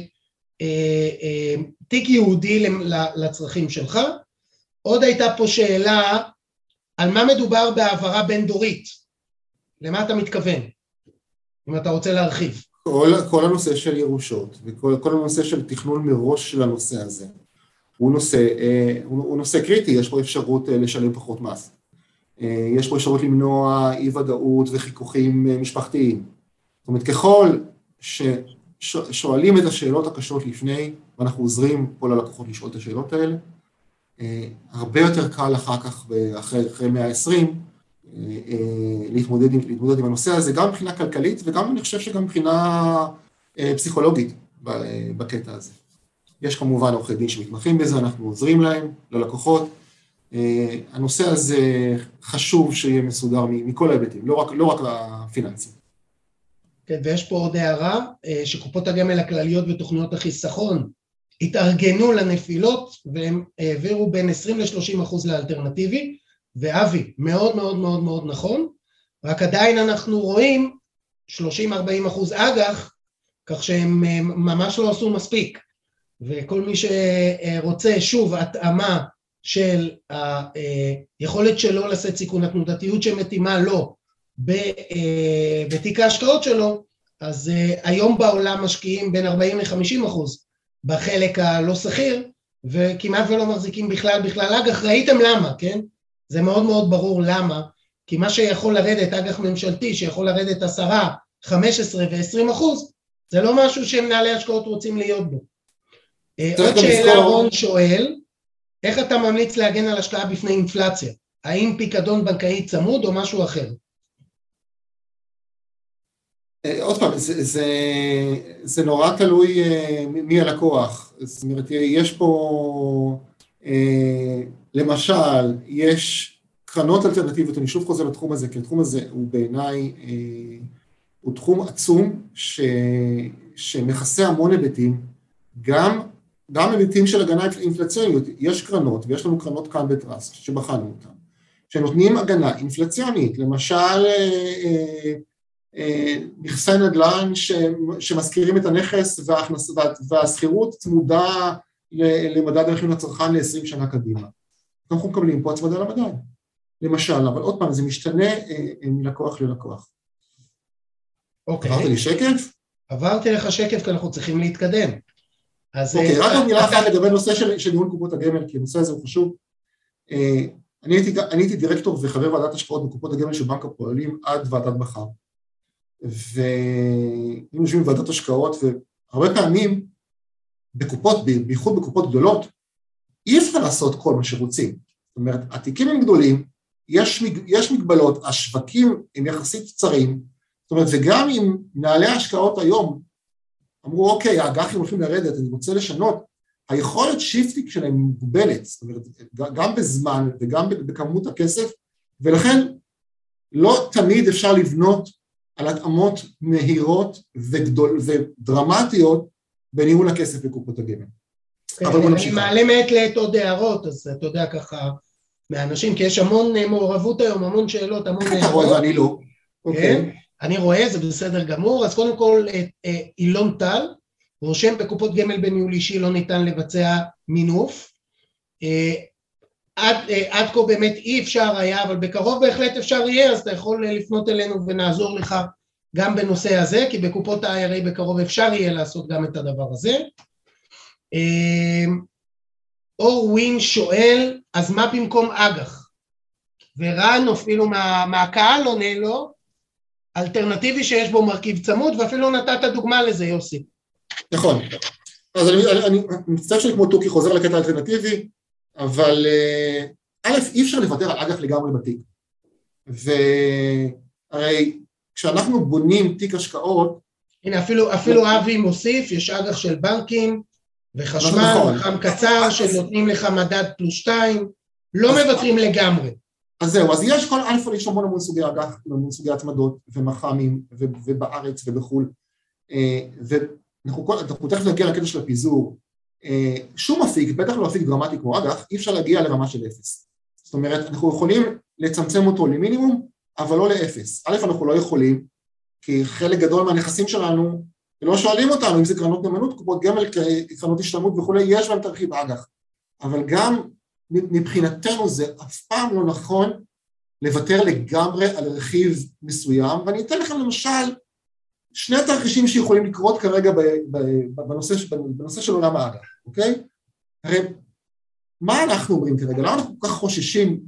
תיק יהודי לצרכים שלך. עוד הייתה פה שאלה, על מה מדובר בהעברה בין דורית? למה אתה מתכוון? אם אתה רוצה להרחיב. כל הנושא של ירושות, וכל הנושא של תכנון מראש של הנושא הזה, הוא נושא קריטי, יש פה אפשרות לשלם פחות מס. יש פה אפשרות למנוע אי ודאות וחיכוכים משפחתיים. זאת אומרת, ככל ששואלים את השאלות הקשות לפני, ואנחנו עוזרים פה ללקוחות לשאול את השאלות האלה, הרבה יותר קל אחר כך, אחרי 120, להתמודד עם הנושא הזה, גם מבחינה כלכלית, וגם אני חושב שגם מבחינה פסיכולוגית בקטע הזה. יש כמובן עורכי דין שמתמחים בזה, אנחנו עוזרים להם, ללקוחות, הנושא הזה חשוב שיהיה מסודר מכל ההיבטים, לא רק הפיננסים. כן, ויש פה עוד הערה, שקופות הגמל הכלליות ותוכניות החיסכון התארגנו לנפילות, והם העבירו בין 20-30% לאלטרנטיבי, ואבי, מאוד מאוד מאוד מאוד נכון, רק עדיין אנחנו רואים 30-40% אג"ח, כך שהם ממש לא עשו מספיק, וכל מי שרוצה שוב התאמה של היכולת שלו לשאת סיכון, התנודתיות שמתאימה לו בתיק ההשקעות שלו, אז היום בעולם משקיעים בין 40-50% בחלק הלא סחיר, וכמעט ולא מחזיקים בכלל אג"ח. ראיתם למה, כן? זה מאוד מאוד ברור למה, כי מה שיכול לרדת, אג"ח ממשלתי, שיכול לרדת 10, 15 ו-20%, זה לא משהו שמנהלי השקעות רוצים להיות בו. עוד שאלה, רון שואל, איך אתה ממליץ להגן על השקעה בפני אינפלציה? האם פיקדון בנקאי צמוד או משהו אחר? עוד פעם, זה נורא תלוי מי הלקוח. זאת אומרת, יש פה, למשל, יש קרנות אלטרנטיביות, אני שוב חוזר לתחום הזה, כי התחום הזה הוא בעיניי, הוא תחום עצום שמכסה המון היבטים, גם היבטים של הגנה אינפלציוניות. יש קרנות, ויש לנו קרנות כאן בטרסט, שבחנו אותן, שנותנים הגנה אינפלציונית, למשל, נכסי נדל"ן שמזכירים את הנכס והסחירות צמודה למדד המחירים לצרכן ל-20 שנה קדימה. אנחנו מקבלים פה הצמדה למדד, למשל, אבל עוד פעם, זה משתנה מלקוח ללקוח. אוקיי. עברת לי שקף? עברתי לך שקף, כי אנחנו צריכים להתקדם. אוקיי, רק עוד מילה אחת לגבי נושא של ניהול קופות הגמל, כי הנושא הזה הוא חשוב. אני הייתי דירקטור וחבר ועדת השקעות בקופות הגמל של בנק הפועלים עד ועדת בכר. ואם יושבים בוועדת השקעות, והרבה פעמים בקופות, בייחוד בקופות גדולות, אי אפשר לעשות כל מה שרוצים. זאת אומרת, התיקים הם גדולים, יש מגבלות, השווקים הם יחסית קצרים, זאת אומרת, וגם אם מנהלי ההשקעות היום אמרו, אוקיי, האג"חים הולכים לרדת, אני רוצה לשנות, היכולת שיפטיק שלהם מוגבלת, זאת אומרת, גם בזמן וגם בכמות הכסף, ולכן לא תמיד אפשר לבנות על התאמות מהירות ודרמטיות בניהול הכסף בקופות הגמל. אני מעלה מעת לעת עוד הערות, אז אתה יודע ככה מהאנשים, כי יש המון מעורבות היום, המון שאלות, המון הערות. אתה רואה ואני לא. כן, אני רואה, זה בסדר גמור. אז קודם כל, אילון טל, רושם בקופות גמל בניהול אישי לא ניתן לבצע מינוף. עד כה באמת אי אפשר היה, אבל בקרוב בהחלט אפשר יהיה, אז אתה יכול לפנות אלינו ונעזור לך גם בנושא הזה, כי בקופות ה-IRA בקרוב אפשר יהיה לעשות גם את הדבר הזה. אור ווין שואל, אז מה במקום אג"ח? ורן אפילו מהקהל עונה לו, אלטרנטיבי שיש בו מרכיב צמוד, ואפילו נתת דוגמה לזה, יוסי. נכון. אז אני מצטער שאני כמו טוקי חוזר לקטע האלטרנטיבי, אבל א', אי אפשר לוותר על אג"ח לגמרי בתיק. והרי כשאנחנו בונים תיק השקעות, הנה, אפילו אבי מוסיף, יש אג"ח של בנקים, וחשמל, וחם קצר, שנותנים לך מדד +2, לא מוותרים לגמרי. אז זהו, אז יש כל אלפא, יש המון סוגי אג"ח, המון סוגי הצמדות, ומח"מים, ובארץ ובחול, ואנחנו תכף נגיע לקטע של הפיזור, שום אפיק, בטח לא אפיק דרמטי כמו אג"ח, אי אפשר להגיע לרמה של 0. זאת אומרת, אנחנו יכולים לצמצם אותו למינימום, אבל לא ל0. א', אנחנו לא יכולים, כי חלק גדול מהנכסים שלנו, לא שואלים אותנו אם זה קרנות נאמנות, קופות גמל, קרנות השתלמות וכו', יש בהם תרכיב אג"ח. אבל גם מבחינתנו זה אף פעם לא נכון לוותר לגמרי על רכיב מסוים, ואני אתן לכם למשל שני תרחישים שיכולים לקרות כרגע בנושא של עולם האג"ח, אוקיי? הרי מה אנחנו אומרים כרגע? למה אנחנו כל כך חוששים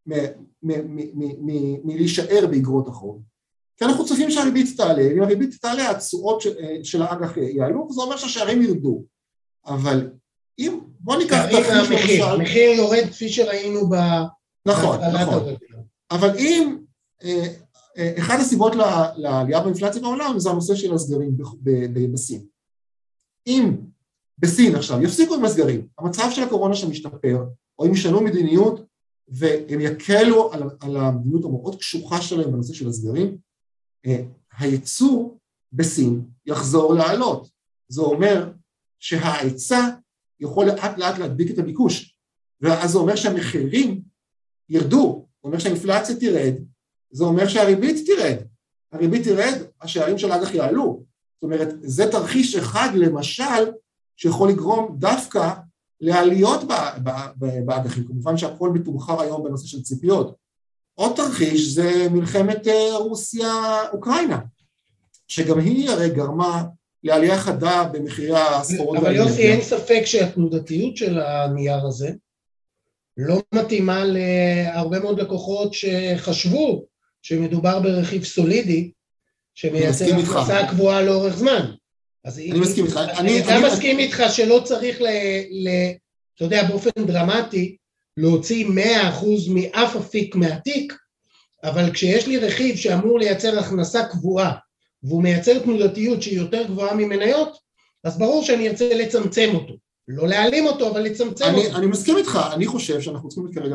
מלהישאר באגרות החוב? כי אנחנו צופים שהריבית תעלה, אם הריבית תעלה, התשואות של האג"ח יעלו, וזה אומר שהשערים ירדו. אבל אם, בוא ניקח תרחיש למשל... המחיר יורד כפי שראינו נכון. אבל אם אחד הסיבות לעלייה באינפלציה בעולם, זה הנושא של הסגרים בסין. אם בסין עכשיו יפסיקו עם הסגרים, המצב של הקורונה שמשתפר, או אם ישנו מדיניות, והם יקלו על המדיניות המאוד קשוחה שלהם בנושא של הסגרים, הייצוא בסין יחזור לעלות. זה אומר שההיצע יכול לאט לאט להדביק את הביקוש, ואז זה אומר שהמחירים ירדו, זה אומר שהאינפלציה תרד, זה אומר שהריבית תרד, הריבית תרד, השערים של האג"ח יעלו, זאת אומרת, זה תרחיש אחד למשל, שיכול לגרום דווקא לעליות באג"חים, כמובן שהכל מתומחר היום בנושא של ציפיות. עוד תרחיש זה מלחמת רוסיה-אוקראינה, שגם היא הרי גרמה לעלייה חדה במחירי הסחורות. אבל יוסי, אין ספק שהתנודתיות של הנייר הזה לא מתאימה להרבה מאוד לקוחות שחשבו שמדובר ברכיב סולידי, שמייצר הכנסה קבועה לאורך זמן. אני מסכים איתך. אני גם מסכים איתך שלא צריך, אתה יודע, באופן דרמטי, להוציא 100% מאף אפיק מהתיק, אבל כשיש לי רכיב שאמור לייצר הכנסה קבועה, והוא מייצר תנודתיות שהיא יותר גבוהה ממניות, אז ברור שאני ארצה לצמצם אותו. לא להעלים אותו, אבל לצמצם אותו. אני מסכים איתך, אני חושב שאנחנו צריכים כרגע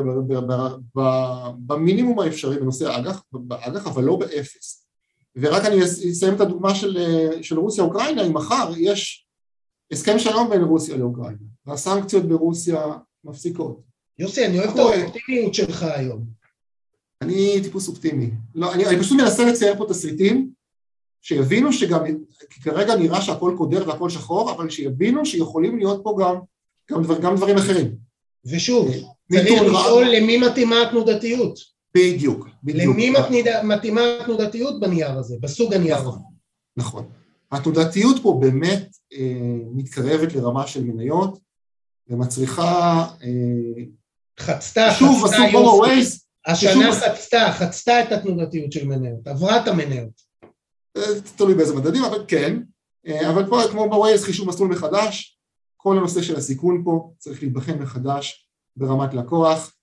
במינימום האפשרי בנושא האג"ח, אבל לא באפס. ורק אני אסיים את הדוגמה של רוסיה-אוקראינה, אם מחר יש הסכם שלום בין רוסיה לאוקראינה, והסנקציות ברוסיה מפסיקות. יוסי, אני אוהב את האופטימיות שלך היום. אני טיפוס אופטימי. לא, אני פשוט מנסה לצייר פה תסריטים, שיבינו שגם, כי כרגע נראה שהכל קודר והכל שחור, אבל שיבינו שיכולים להיות פה גם דברים אחרים. ושוב, צריך לשאול למי מתאימה התנודתיות. בדיוק. למי מתאימה התנודתיות בנייר הזה, בסוג הנייר הזה. נכון. התנודתיות פה באמת מתקרבת לרמה של מניות, ומצריכה... חצתה, השנה חצתה את התנודתיות של מניות, עברה את המניות. תלוי באיזה מדדים, אבל כן, אבל פה כמו בווייז חישוב מסלול מחדש, כל הנושא של הסיכון פה צריך להיבחן מחדש ברמת לקוח,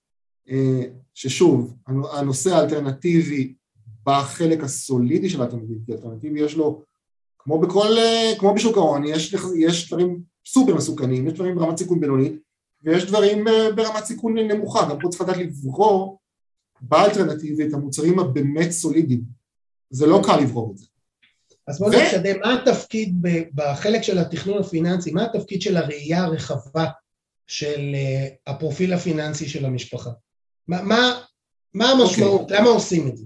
ששוב, הנושא האלטרנטיבי בחלק הסולידי של האלטרנטיבי יש לו, כמו בשוק ההון, יש דברים סופר מסוכנים, יש דברים ברמת סיכון בינונית, ויש דברים ברמת סיכון נמוכה, גם פה צריך לדעת לברור באלטרנטיבי את המוצרים הבאמת סולידיים, זה לא קל לברור את זה. אז בואו נתקדם, מה התפקיד בחלק של התכנון הפיננסי, מה התפקיד של הראייה הרחבה של הפרופיל הפיננסי של המשפחה? מה המשמעות? למה עושים את זה?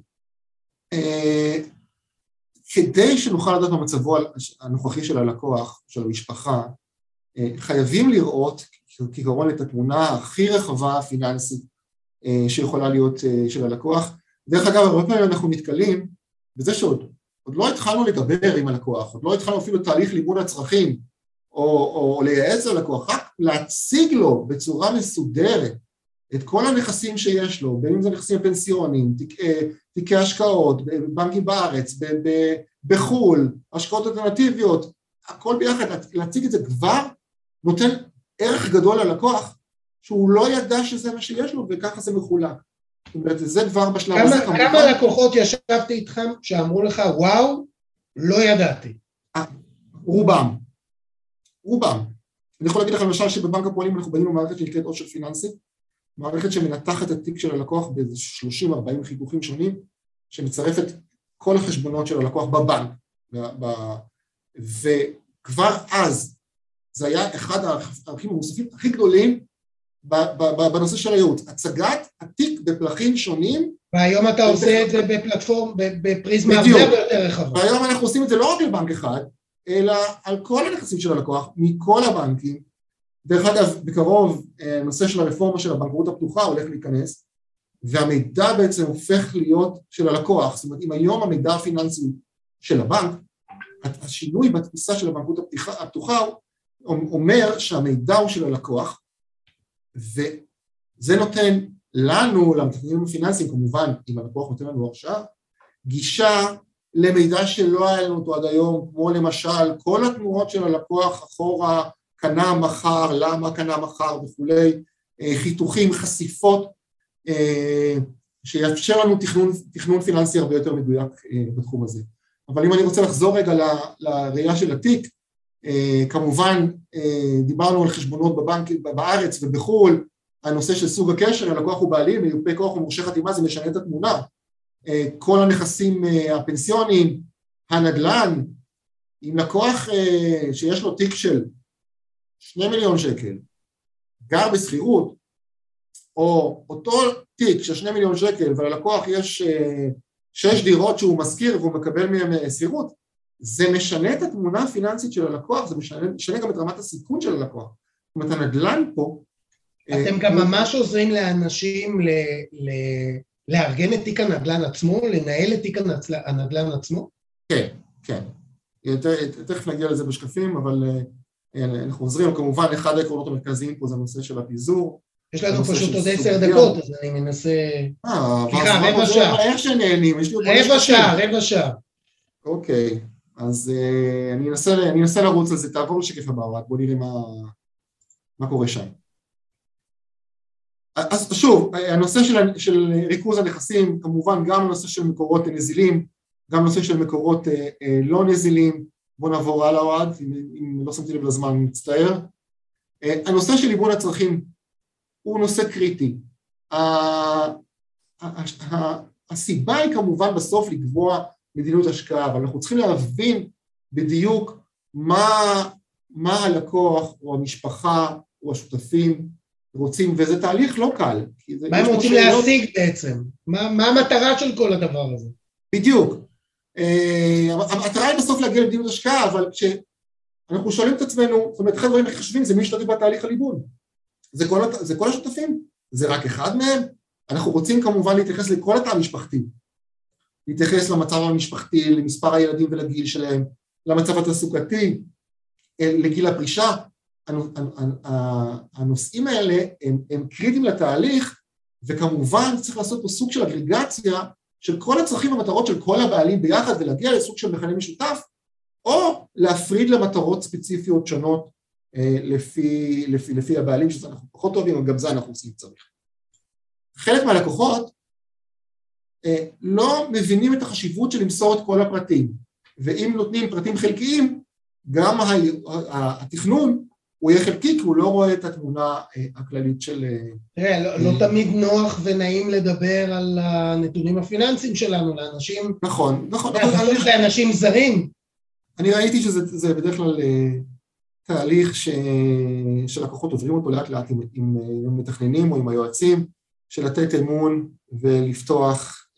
כדי שנוכל לדעת במצבו הנוכחי של הלקוח, של המשפחה, חייבים לראות כעיקרון את התמונה הכי רחבה הפיננסית שיכולה להיות של הלקוח. דרך אגב, הרבה פעמים אנחנו מתקלים בזה שעוד לא התחלנו לדבר עם הלקוח, עוד לא התחלנו אפילו תהליך לימוד הצרכים, או לייעץ ללקוח, רק להציג לו בצורה מסודרת את כל הנכסים שיש לו, בין אם זה נכסים פנסיוניים, תיקי השקעות, בנקים בארץ, בחול, השקעות אלטרנטיביות, הכל ביחד, להציג את זה כבר נותן ערך גדול ללקוח, שהוא לא ידע שזה מה שיש לו, וככה זה מחולק. זאת אומרת, זה כבר בשלב הזה. כמה לקוחות ישבתי איתכם שאמרו לך, וואו, לא ידעתי? רובם. אני יכול להגיד לך למשל שבבנק הפועלים אנחנו בנינו מערכת שנקראת עושר פיננסי, מערכת שמנתחת את התיק של הלקוח באיזה 30-40 חיתוכים שונים, שמצרפת כל החשבונות של הלקוח בבנק, וכבר אז זה היה אחד הערכים המוספים הכי גדולים בנושא של הייעוץ, הצגת התיק בפלחים שונים. והיום אתה עושה את זה בפריזמה הרבה יותר רחבה. והיום אנחנו עושים את זה לא רק לבנק אחד, אלא על כל הנכסים של הלקוח, מכל הבנקים. דרך אגב, בקרוב, נושא של הרפורמה של הבנקאות הפתוחה הולך להיכנס, והמידע בעצם הופך להיות של הלקוח. זאת אומרת, אם היום המידע הפיננסי של הבנק, השינוי בתפיסה של הבנקאות הפתוחה אומר שהמידע הוא של הלקוח, וזה נותן לנו, למתכננים הפיננסיים, כמובן, אם הלקוח נותן לנו הרשאה, גישה למידע שלא היה לנו אותו עד היום, כמו למשל, כל התנועות של הלקוח אחורה, קנה מחר, למה קנה מחר וכולי, חיתוכים, חשיפות, שיאפשר לנו תכנון פיננסי הרבה יותר מדויק בתחום הזה. אבל אם אני רוצה לחזור רגע לראייה של התיק, כמובן דיברנו על חשבונות בבנק בארץ ובחול, הנושא של סוג הקשר, הלקוח הוא בעלים, מיופה כוח ומורשה חתימה, זה משנה את התמונה. כל הנכסים הפנסיוניים, הנדל"ן, אם לקוח שיש לו תיק של 2 מיליון שקל, גר בסחירות, או אותו תיק של 2 מיליון שקל, וללקוח יש 6 דירות שהוא מזכיר והוא מקבל מהם סחירות, זה משנה את התמונה הפיננסית של הלקוח, זה משנה גם את רמת הסיכון של הלקוח. זאת אומרת, הנדל"ן פה... אתם גם ממש עוזרים לאנשים לארגן את תיק הנדל"ן עצמו, לנהל את תיק הנדל"ן עצמו? כן, כן. תכף נגיע לזה בשקפים, אבל אנחנו עוזרים, כמובן, אחד העקרונות המרכזיים פה זה הנושא של הפיזור. יש לנו פשוט עוד 10 דקות, אז אני מנסה... סליחה, רבע שעה. איך שנהנים, יש לי עוד... רבע שעה. אוקיי, אז אני אנסה לרוץ על זה, תעבור לשקף הבא, רק בוא נראה מה קורה שם. אז שוב, הנושא של ריכוז הנכסים, כמובן גם הנושא של מקורות נזילים, גם הנושא של מקורות לא נזילים, בוא נעבור הלאה עוד, אם לא שמתי לב לזמן, אני מצטער. הנושא של ליבון הצרכים הוא נושא קריטי. הסיבה היא כמובן בסוף לקבוע מדיניות השקעה, אבל אנחנו צריכים להבין בדיוק מה הלקוח או המשפחה או השותפים רוצים, וזה תהליך לא קל. מה הם רוצים להשיג בעצם? מה המטרה של כל הדבר הזה? בדיוק. המטרה היא בסוף להגיע למדיניות השקעה, אבל כשאנחנו שואלים את עצמנו, זאת אומרת, אחד הדברים הכי חשובים זה מי ישתתף בתהליך הליבון. זה כל השותפים, זה רק אחד מהם. אנחנו רוצים כמובן להתייחס לכל התא המשפחתי, להתייחס למצב המשפחתי, למספר הילדים ולגיל שלהם, למצב התעסוקתי, לגיל הפרישה. הנושאים האלה הם קריטיים לתהליך, וכמובן צריך לעשות פה סוג של אגרגציה של כל הצרכים והמטרות של כל הבעלים ביחד, ולהגיע לסוג של מכנה משותף, או להפריד למטרות ספציפיות שונות לפי הבעלים, שזה אנחנו פחות טובים, אבל גם זה אנחנו עושים צריך. חלק מהלקוחות לא מבינים את החשיבות של למסור את כל הפרטים, ואם נותנים פרטים חלקיים, גם התכנון הוא יהיה חלקי, כי הוא לא רואה את התמונה הכללית של... תראה, לא תמיד נוח ונעים לדבר על הנתונים הפיננסיים שלנו, לאנשים... נכון. לאנשים זרים. אני ראיתי שזה בדרך כלל תהליך שלקוחות עוברים אותו לאט לאט עם מתכננים או עם היועצים, של לתת אמון ולפתוח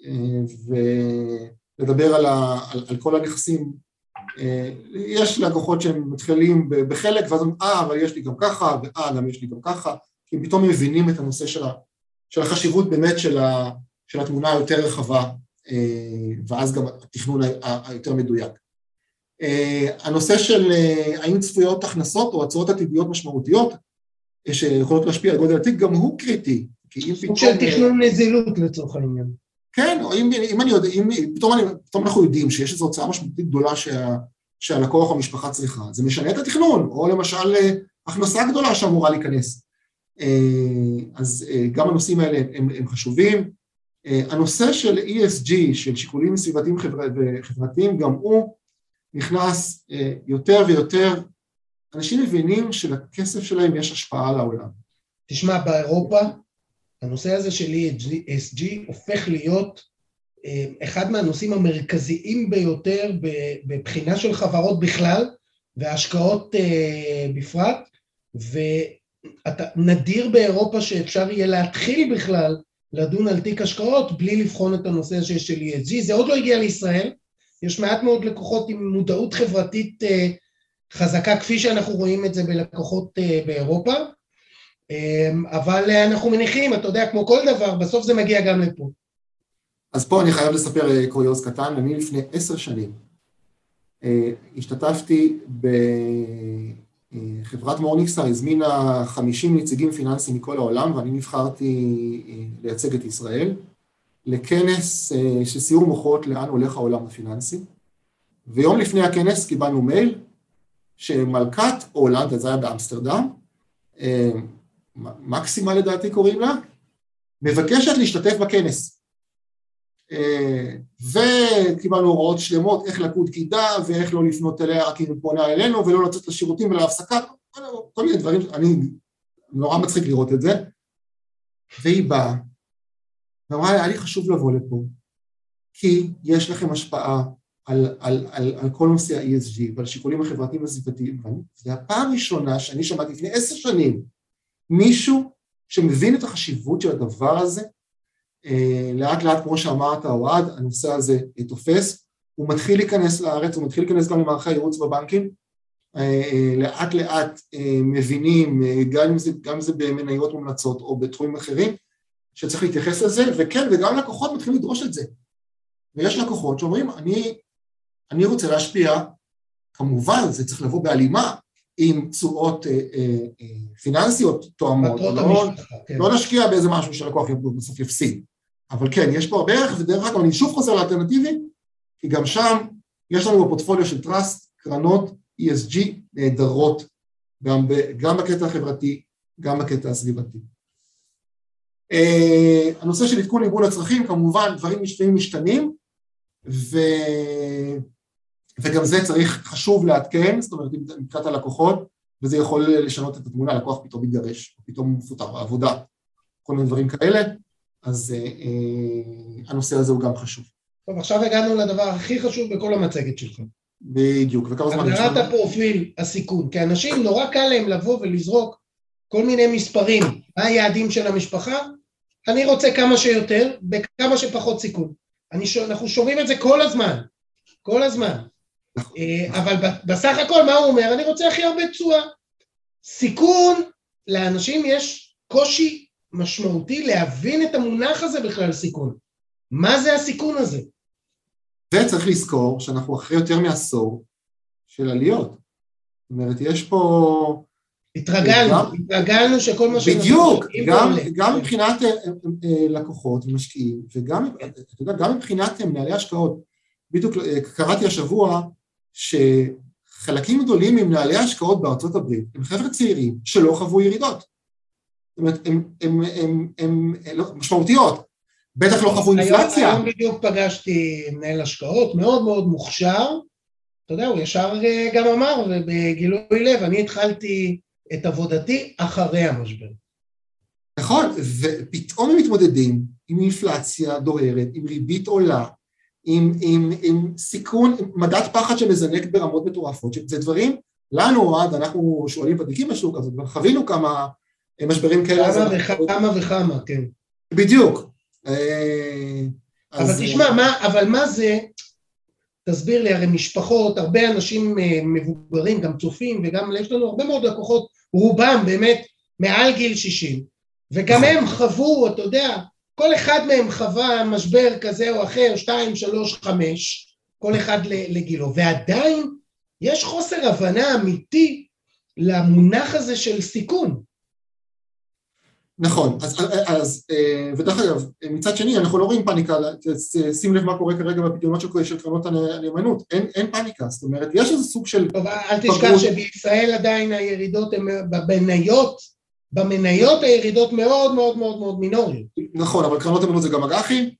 ולדבר על כל הנכסים. יש לקוחות שהם מתחילים בחלק, ואז אומרים, אבל יש לי גם ככה, גם יש לי גם ככה, כי הם פתאום מבינים את הנושא של החשיבות באמת של התמונה היותר רחבה, ואז גם התכנון היותר מדויק. הנושא של האם צפויות הכנסות או הצעות עתידיות משמעותיות, שיכולות להשפיע על גודל התיק, גם הוא קריטי. סוג של תכנון נזילות לצורך העניין. כן, או פתאום אנחנו יודעים שיש איזו הוצאה משמעותית גדולה שהלקוח או המשפחה צריכה, זה משנה את התכנון, או למשל הכנסה גדולה שאמורה להיכנס. אז גם הנושאים האלה הם חשובים. הנושא של ESG, של שיקולים סביבתיים וחברתיים, גם הוא נכנס יותר ויותר, אנשים מבינים שלכסף שלהם יש השפעה על העולם. תשמע, באירופה, הנושא הזה של ESG הופך להיות אחד מהנושאים המרכזיים ביותר בבחינה של חברות בכלל, והשקעות בפרט, ואתה נדיר באירופה שאפשר יהיה להתחיל בכלל לדון על תיק השקעות, בלי לבחון את הנושא הזה של ESG, זה עוד לא הגיע לישראל, יש מעט מאוד לקוחות עם מודעות חברתית חזקה, כפי שאנחנו רואים את זה בלקוחות באירופה, אבל אנחנו מניחים, אתה יודע, כמו כל דבר, בסוף זה מגיע גם לפה. אז פה אני חייב לספר קוריוז קטן, אני לפני 10 שנים השתתפתי בחברת מורניקסטאר, הזמינה 50 נציגים פיננסיים מכל העולם, ואני נבחרתי לייצג את ישראל, לכנס של סיור מוחות לאן הולך העולם הפיננסי, ויום לפני הכנס קיבלנו מייל, שמלכת הולנד, זה היה באמסטרדם, מקסימה לדעתי קוראים לה, מבקשת להשתתף בכנס. וקיבלנו הוראות שלמות, איך לקוד קידה, ואיך לא לפנות אליה רק אם פונה אלינו, ולא לצאת לשירותים ולהפסקה, כל מיני דברים, אני נורא מצחיק לראות את זה. והיא באה, ואמרה, היה לי חשוב לבוא לפה, כי יש לכם השפעה על כל נושא ה-ESG ועל שיקולים החברתיים הסביבתיים. זה הפעם הראשונה שאני שמעתי לפני 10 שנים, מישהו שמבין את החשיבות של הדבר הזה, לאט לאט, כמו שאמרת, אוהד, הנושא הזה תופס, הוא מתחיל להיכנס לארץ, הוא מתחיל להיכנס גם למערכי הייעוץ בבנקים, לאט לאט מבינים, גם אם זה במניות מומלצות או בתחומים אחרים, שצריך להתייחס לזה, וכן, וגם לקוחות מתחילים לדרוש את זה. ויש לקוחות שאומרים, אני רוצה להשפיע, כמובן, זה צריך לבוא בהלימה, עם תשואות פיננסיות תואמות, לא נשקיע באיזה משהו שלקוח בסוף יפסיד. אבל כן, יש פה הרבה ערך, ודרך אגב, אני שוב חוזר לאלטרנטיבי, כי גם שם יש לנו בפורטפוליו של טראסט, קרנות ESG נהדרות, גם בקטע החברתי, גם בקטע הסביבתי. הנושא של עדכון עיבוד הצרכים, כמובן, דברים משתנים, וגם זה צריך, חשוב לעדכן, זאת אומרת, מבחינת הלקוחות, וזה יכול לשנות את התמונה, לקוח פתאום מתגרש, פתאום מפוטר בעבודה, כל מיני דברים כאלה, אז הנושא הזה הוא גם חשוב. טוב, עכשיו הגענו לדבר הכי חשוב בכל המצגת שלך. בדיוק, וכמה זמן הגדרת הפרופיל, הסיכון, כי אנשים נורא קל להם לבוא ולזרוק כל מיני מספרים, מה היעדים של המשפחה, אני רוצה כמה שיותר, בכמה שפחות סיכון. אנחנו שומעים את זה כל הזמן. אבל בסך הכל מה הוא אומר? אני רוצה הכי הרבה תשואה. סיכון, לאנשים יש קושי משמעותי להבין את המונח הזה בכלל סיכון. מה זה הסיכון הזה? וצריך לזכור שאנחנו אחרי יותר מעשור של עליות. זאת אומרת, יש פה... התרגלנו שכל מה בדיוק, גם מבחינת לקוחות ומשקיעים, וגם, אתה יודע, גם מבחינת מנהלי השקעות. בדיוק קראתי השבוע שחלקים גדולים ממנהלי השקעות בארצות הברית הם חבר'ה צעירים שלא חוו ירידות. זאת אומרת, הם משמעותיות, בטח לא חוו אינפלציה. היום בדיוק פגשתי מנהל השקעות מאוד מאוד מוכשר, אתה יודע, הוא ישר גם אמר, ובגילוי לב, אני התחלתי את עבודתי אחרי המשבר. נכון, ופתאום הם מתמודדים עם אינפלציה דוהרת, עם ריבית עולה, עם סיכון, עם מדד פחד שמזנק ברמות מטורפות, זה דברים, לנו עד, אנחנו שואלים ותיקים בשוק הזה, חווינו כמה משברים כאלה. וכמה, כן. בדיוק. אבל תשמע, אבל מה זה, תסביר לי, הרי משפחות, הרבה אנשים מבוגרים, גם צופים, וגם יש לנו הרבה מאוד לקוחות, רובם באמת מעל גיל 60, וגם הם חוו, אתה יודע, כל אחד מהם חווה משבר כזה או אחר, 2, 3, 5, כל אחד לגילו, ועדיין יש חוסר הבנה אמיתי למונח הזה של סיכון. נכון, אז ודרך אגב, מצד שני, אנחנו לא רואים פאניקה, שים לב מה קורה כרגע בפדיונות של קרנות הנאמנות, אין פאניקה, זאת אומרת, יש איזה סוג של... טוב, אל תשכח שבישראל עדיין הירידות הן במניות הירידות מאוד מאוד מאוד מאוד מינוריות. נכון, אבל קרנות הנאמנות זה גם אג"חים,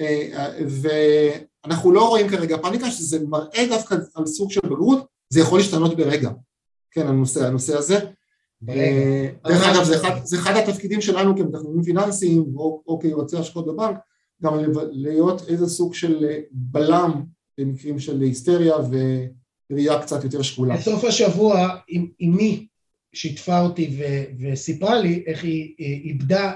ואנחנו לא רואים כרגע פאניקה, שזה מראה דווקא על סוג של בגרות, זה יכול להשתנות ברגע, כן, הנושא הזה. דרך אגב, זה אחד התפקידים שלנו כמתכננים פיננסיים, או כיועצי השקעות בבנק, גם להיות איזה סוג של בלם במקרים של היסטריה וראייה קצת יותר שקולה. בסוף השבוע, אמי שיתפה אותי וסיפרה לי איך היא איבדה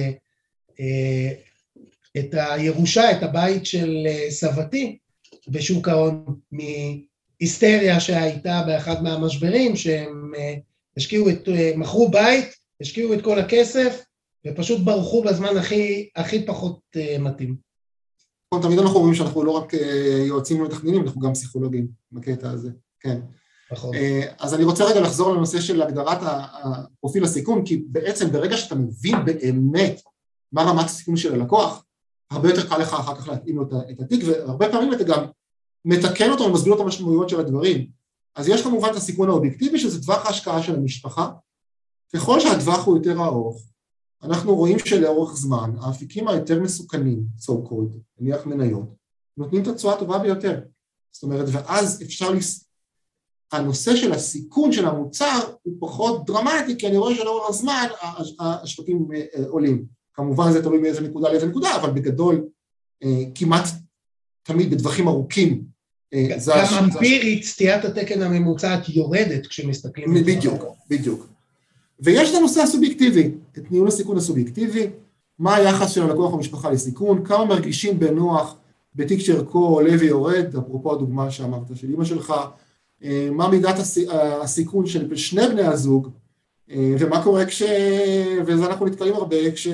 את הירושה, את הבית של סבתי בשוק ההון, מהיסטריה שהייתה באחד מהמשברים, שהם מכרו בית, השקיעו את כל הכסף, ופשוט ברחו בזמן הכי פחות מתאים. תמיד אנחנו אומרים שאנחנו לא רק יועצים ומתכננים, אנחנו גם פסיכולוגים בקטע הזה, כן. נכון. אז אני רוצה רגע לחזור לנושא של הגדרת הפרופיל הסיכון, כי בעצם ברגע שאתה מבין באמת מה רמת הסיכון של הלקוח, הרבה יותר קל לך אחר כך להתאים לו את התיק, והרבה פעמים אתה גם מתקן אותו ומסביר לו את המשמעויות של הדברים. אז יש כמובן את הסיכון האובייקטיבי, שזה טווח ההשקעה של המשפחה. ככל שהטווח הוא יותר ארוך, אנחנו רואים שלאורך זמן, האפיקים היותר מסוכנים, so called, נניח מניות, נותנים את התשואה הטובה ביותר. זאת אומרת, ואז אפשר הנושא של הסיכון של המוצר הוא פחות דרמטי, כי אני רואה שלאורך הזמן השווקים עולים. כמובן זה תלוי מאיזה נקודה לאיזה נקודה, אבל בגדול כמעט תמיד בטווחים ארוכים. גם אמפירית, סטיית התקן הממוצעת יורדת כשמסתכלים. בדיוק. ויש את הנושא הסובייקטיבי, את ניהול הסיכון הסובייקטיבי, מה היחס של הלקוח המשפחה לסיכון, כמה מרגישים בנוח בתיק שערכו עולה ויורד, אפרופו הדוגמה שאמרת של אמא שלך, מה מידת הסיכון של שני בני הזוג, ומה קורה וזה אנחנו נתקלים הרבה,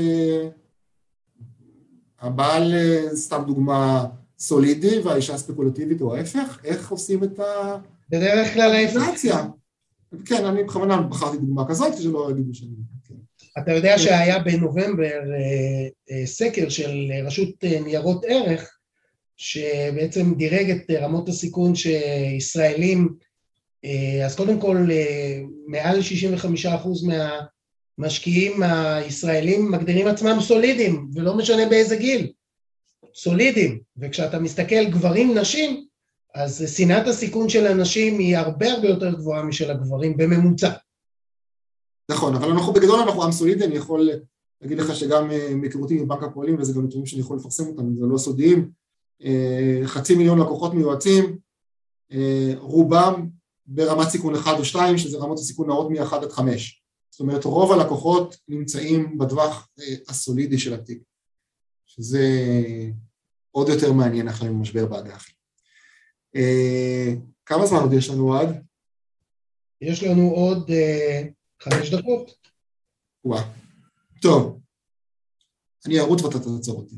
כשהבעל, סתם דוגמה, סולידי והאישה ספקולטיבית או ההפך, איך עושים את בדרך כלל ההפך. כן, אני בכוונה בחרתי דוגמה כזאת, כדי שלא יגידו שאני... אתה יודע שהיה בנובמבר סקר של רשות ניירות ערך, שבעצם דירג את רמות הסיכון שישראלים, אז קודם כל מעל 65% מהמשקיעים הישראלים מגדירים עצמם סולידים, ולא משנה באיזה גיל, סולידים, וכשאתה מסתכל גברים נשים, אז שנאת הסיכון של הנשים היא הרבה יותר גבוהה משל הגברים בממוצע. נכון, אבל אנחנו בגדול אנחנו עם סולידי, אני יכול להגיד לך שגם מהיכרותי מבנק הפועלים, וזה גם נתונים שאני יכול לפרסם אותם, זה לא סודיים, 500,000 לקוחות מיועצים, רובם ברמת סיכון 1 או 2, שזה רמות הסיכון נעות מ-1 עד 5. זאת אומרת, רוב הלקוחות נמצאים בטווח הסולידי של התיק, שזה עוד יותר מעניין אחרי משבר באג"חים. כמה זמן עוד יש לנו עד? יש לנו עוד 5 דקות. וואו. טוב. אני ארוץ ואתה תעצור אותי.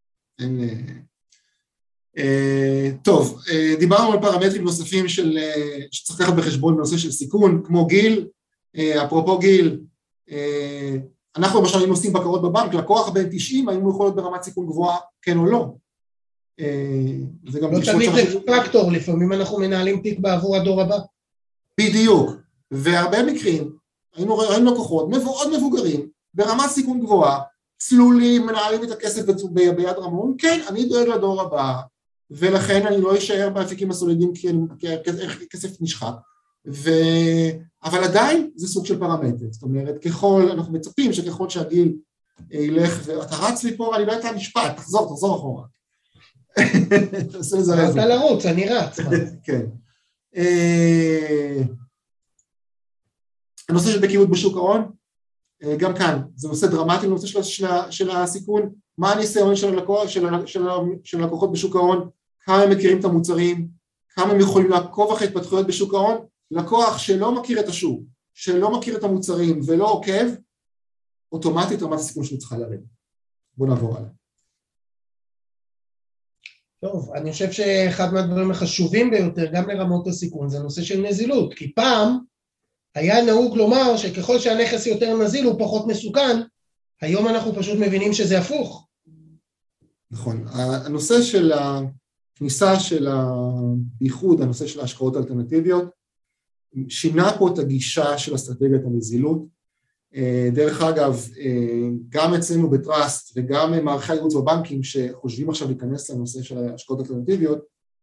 טוב, דיברנו על פרמטרים נוספים שצריך לקחת בחשבון בנושא של סיכון, כמו גיל, אפרופו גיל, אנחנו למשל היינו עושים בקרות בבנק, לקוח בין 90, היינו יכול להיות ברמת סיכון גבוהה, כן או לא. לא תמיד זה פקטור, לפעמים אנחנו מנהלים תיק בעבור הדור הבא. בדיוק, והרבה מקרים, ראינו לקוחות מאוד מבוגרים, ברמת סיכון גבוהה, צלולים, מנהלים את הכסף ביד רמון, כן, אני דואג לדור הבא, ולכן אני לא אשאר באפיקים הסולידיים כי הכסף נשחק, אבל עדיין זה סוג של פרמטר, זאת אומרת, אנחנו מצפים שככל שהגיל ילך, ואתה רץ לי פה, אני לא הייתה משפט, תחזור אחורה. אתה לרוץ, אני רץ. כן. הנושא של בקיאות בשוק ההון, גם כאן, זה נושא דרמטי, נושא של הסיכון, מה הניסיון של הלקוחות בשוק ההון, כמה הם מכירים את המוצרים, כמה הם יכולים לעקוב אחרי התפתחויות בשוק ההון, לקוח שלא מכיר את השוק, שלא מכיר את המוצרים ולא עוקב, אוטומטית רמת הסיכון שהוא צריכה לרדת. בואו נעבור הלאה. טוב, אני חושב שאחד מהדברים החשובים ביותר, גם לרמות הסיכון, זה נושא של נזילות, כי פעם היה נהוג לומר שככל שהנכס יותר נזיל הוא פחות מסוכן, היום אנחנו פשוט מבינים שזה הפוך. נכון, הנושא של הכניסה של בייחוד, הנושא של ההשקעות האלטרנטיביות, שינה פה את הגישה של אסטרטגיית הנזילות, דרך אגב, גם אצלנו בטראסט וגם מערכי הייעוץ בבנקים שחושבים עכשיו להיכנס לנושא של ההשקעות האלטרנטיביות,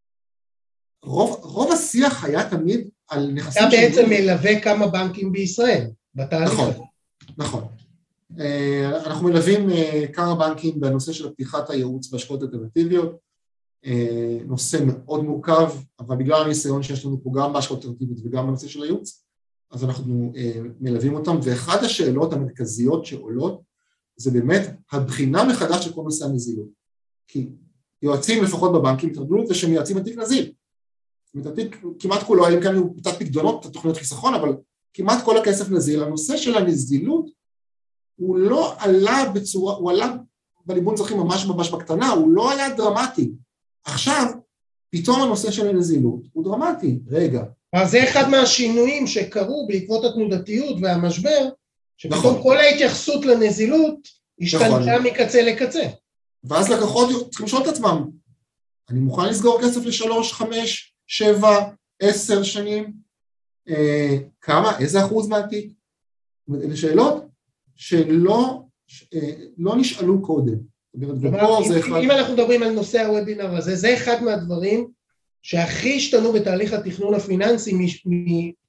רוב השיח היה תמיד על נכסים... אתה בעצם מלווה כמה בנקים בישראל, בתהליך. נכון. אנחנו מלווים כמה בנקים בנושא של פתיחת הייעוץ בהשקעות אלטרנטיביות, נושא מאוד מורכב, אבל בגלל הניסיון שיש לנו פה גם בהשקעות אלטרנטיביות וגם בנושא של הייעוץ, אז אנחנו מלווים אותם, ואחת השאלות המרכזיות שעולות, זה באמת הבחינה מחדש של כל נושא הנזילות. כי יועצים לפחות בבנקים התרגלו זה שהם יועצים לתיק נזיל. זאת אומרת, התיק כמעט כולו, האם כאן הוא קצת פקדונות, תוכניות חיסכון, אבל כמעט כל הכסף נזיל. הנושא של הנזילות, הוא לא עלה בצורה, הוא עלה בליבון זכים ממש בקטנה, הוא לא היה דרמטי. עכשיו, פתאום הנושא של הנזילות הוא דרמטי. רגע. אז זה אחד מהשינויים שקרו בעקבות התנודתיות והמשבר, שפתאום כל ההתייחסות לנזילות השתנתה מקצה לקצה. ואז לקוחות צריכים לשאול את עצמם, אני מוכן לסגור כסף ל3, 5, 7, 10 שנים? כמה? איזה אחוז מהתיק? אלה שאלות שלא נשאלו קודם. אם אנחנו מדברים על נושא הוובינר הזה, זה אחד מהדברים שהכי השתנו בתהליך התכנון הפיננסי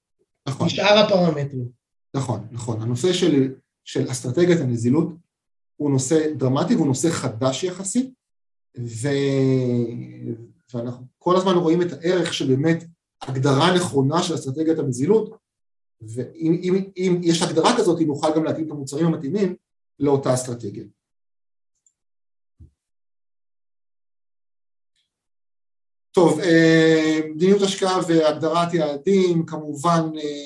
משאר הפרמטרים. נכון. הנושא של אסטרטגיית הנזילות הוא נושא דרמטי והוא נושא חדש יחסית, ואנחנו כל הזמן רואים את הערך של באמת הגדרה נכונה של אסטרטגיית הנזילות, ואם יש הגדרה כזאת, היא נוכל גם להתאים את המוצרים המתאימים לאותה אסטרטגיה. טוב, מדיניות השקעה והגדרת יעדים, כמובן...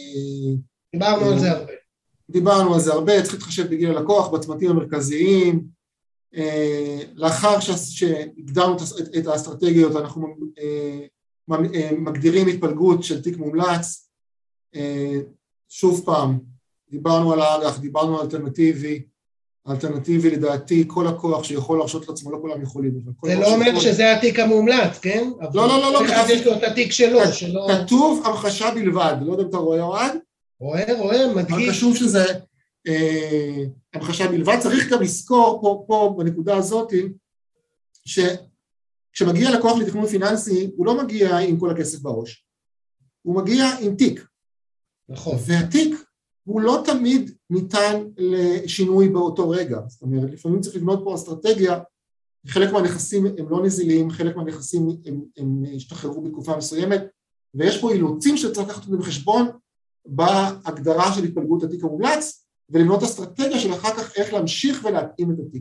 דיברנו על זה הרבה, צריך להתחשב בגיל הלקוח, בצמתים המרכזיים, לאחר שהגדרנו את האסטרטגיות, אנחנו מגדירים התפלגות של תיק מומלץ, שוב פעם, דיברנו על האג"ח, דיברנו על אלטרנטיבי לדעתי, כל לקוח שיכול להרשות לעצמו, לא כולם יכולים. זה לא אומר שזה התיק המומלץ, כן? לא. יש לו את התיק שלו. כתוב המחשה בלבד, לא יודע אם אתה רואה אוהד? רואה, מדגיש. חשוב שזה המחשה בלבד, צריך גם לזכור פה בנקודה הזאת, שכשמגיע לקוח לתכנון פיננסי, הוא לא מגיע עם כל הכסף בראש, הוא מגיע עם תיק. נכון. והתיק הוא לא תמיד ניתן לשינוי באותו רגע, זאת אומרת, לפעמים צריך לבנות פה אסטרטגיה, חלק מהנכסים הם לא נזילים, חלק מהנכסים הם השתחררו בתקופה מסוימת, ויש פה אילוצים שצריך לקחת אותם בחשבון, בהגדרה של התפלגות התיק המומלץ, ולבנות אסטרטגיה של אחר כך איך להמשיך ולהתאים את התיק.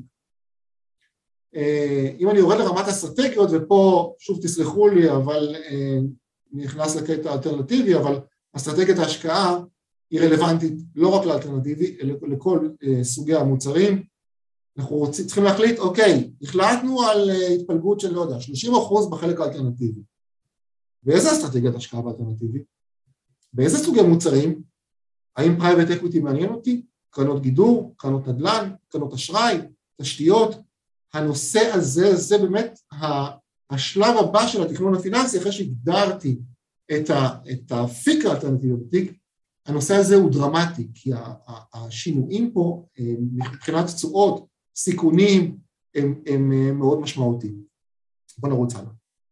אם אני יורד לרמת האסטרטגיות, ופה שוב תסלחו לי, אבל נכנס לקטע האלטרנטיבי, אבל אסטרטגיית ההשקעה היא רלוונטית לא רק לאלטרנטיבי, אלא לכל סוגי המוצרים. אנחנו צריכים להחליט, אוקיי, החלטנו על התפלגות של, לא יודע, 30% בחלק האלטרנטיבי. ואיזה אסטרטגיית השקעה באלטרנטיבי? באיזה סוגי מוצרים? האם פרייבט אקוויטי מעניין אותי? קרנות גידור, קרנות נדל"ן, קרנות אשראי, תשתיות? הנושא הזה, זה באמת השלב הבא של התכנון הפיננסי, אחרי שהגדרתי את האפיק האלטרנטיבי בתיק, הנושא הזה הוא דרמטי, כי השינויים פה, מבחינת תשואות, סיכונים, הם מאוד משמעותיים. בוא נרוץ הלאה.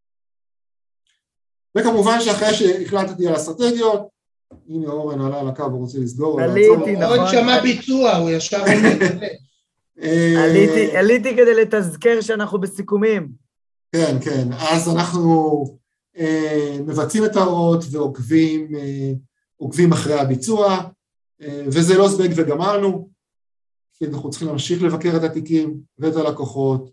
וכמובן שאחרי שהחלטתי על אסטרטגיות, הנה אורן עלה על הקו ורוצה לסגור. עליתי, נכון. עוד שמע ביצוע, הוא ישר עומד. עליתי כדי לתזכר שאנחנו בסיכומים. כן, אז אנחנו מבצעים את ההוראות ועוקבים אחרי הביצוע, וזה לא זבנג וגמרנו, כי אנחנו צריכים להמשיך לבקר את התיקים ואת הלקוחות,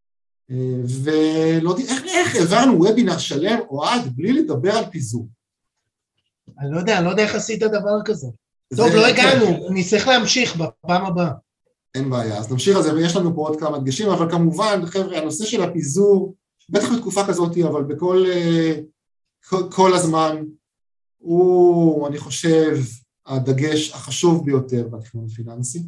ולא יודע, איך העברנו וובינר שלם או עד בלי לדבר על פיזור? אני לא יודע איך עשית דבר כזה. טוב, לא הגענו, נצטרך להמשיך בפעם הבאה. אין בעיה, אז נמשיך על זה, ויש לנו פה עוד כמה דגשים, אבל כמובן, חבר'ה, הנושא של הפיזור, בטח בתקופה כזאת, אבל כל הזמן, הוא, אני חושב, הדגש החשוב ביותר בתכנון הפיננסי,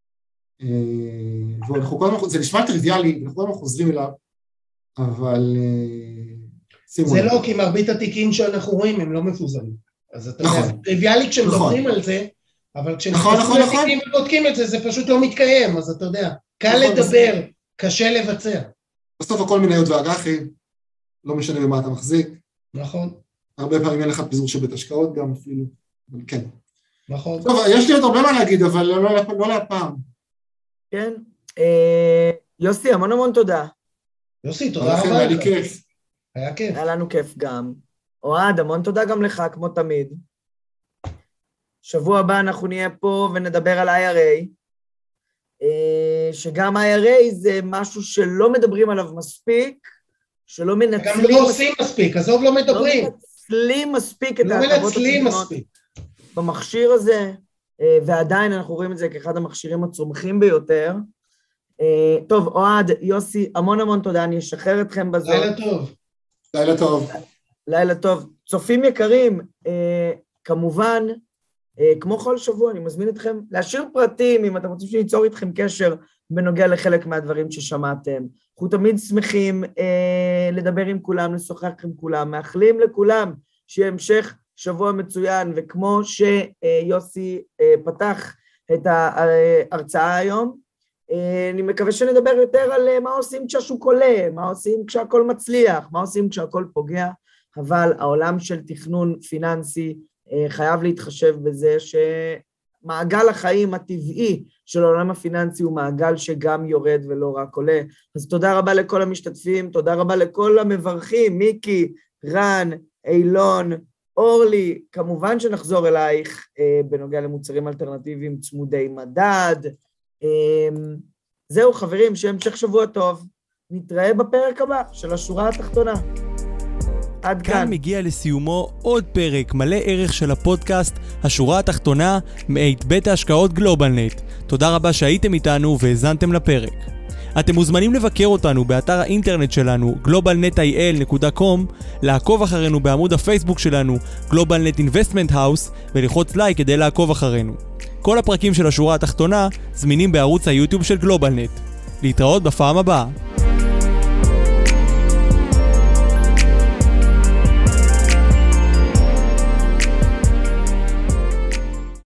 ואנחנו כל הזמן, זה נשמע טריוויאלי, אנחנו כל הזמן חוזרים אליו, אבל זה לא, כי מרבית התיקים שאנחנו רואים הם לא מפוזרים. אז אתה יודע, טריוויאלי כשמדברים על זה, אבל כשנכנסים לתיקים ובודקים את זה, זה פשוט לא מתקיים, אז אתה יודע, קל לדבר, קשה לבצע. בסוף הכל מניות ואג"חים, לא משנה במה אתה מחזיק. נכון. הרבה פעמים אין לך פיזור של בית השקעות גם אפילו, אבל כן. נכון. טוב, יש לי עוד הרבה מה להגיד, אבל לא להפעם. כן. יוסי, המון תודה. יוסי, תודה רבה. היה לי כיף. היה כיף. היה לנו כיף גם. אוהד, המון תודה גם לך, כמו תמיד. שבוע הבא אנחנו נהיה פה ונדבר על IRA, שגם IRA זה משהו שלא מדברים עליו מספיק, שלא מנצלים... גם לא עושים מספיק, עזוב לא מדברים. לא מנצלים מספיק את ההטבות התכנונות במכשיר הזה, ועדיין אנחנו רואים את זה כאחד המכשירים הצומחים ביותר. טוב, אוהד, יוסי, המון תודה, אני אשחרר אתכם בזה. לילה טוב. לילה טוב. לילה טוב. צופים יקרים, כמובן, כמו כל שבוע, אני מזמין אתכם להשאיר פרטים, אם אתם רוצים שניצור איתכם קשר בנוגע לחלק מהדברים ששמעתם. אנחנו תמיד שמחים לדבר עם כולם, לשוחח עם כולם, מאחלים לכולם שיהיה המשך שבוע מצוין, וכמו שיוסי פתח את ההרצאה היום, אני מקווה שנדבר יותר על מה עושים כשהשוק עולה, מה עושים כשהכל מצליח, מה עושים כשהכל פוגע, אבל העולם של תכנון פיננסי חייב להתחשב בזה מעגל החיים הטבעי של העולם הפיננסי הוא מעגל שגם יורד ולא רק עולה. אז תודה רבה לכל המשתתפים, תודה רבה לכל המברכים, מיקי, רן, אילון, אורלי, כמובן שנחזור אלייך בנוגע למוצרים אלטרנטיביים צמודי מדד. זהו חברים, שהמשך שבוע טוב, נתראה בפרק הבא של השורה התחתונה. עד כאן. כאן מגיע לסיומו עוד פרק מלא ערך של הפודקאסט השורה התחתונה מאת בית ההשקעות גלובלנט. תודה רבה שהייתם איתנו והזנתם לפרק. אתם מוזמנים לבקר אותנו באתר האינטרנט שלנו globalnetil.com, לעקוב אחרינו בעמוד הפייסבוק שלנו GlobalNet Investment House ולחוץ לייק כדי לעקוב אחרינו. כל הפרקים של השורה התחתונה זמינים בערוץ היוטיוב של גלובלנט. להתראות בפעם הבאה.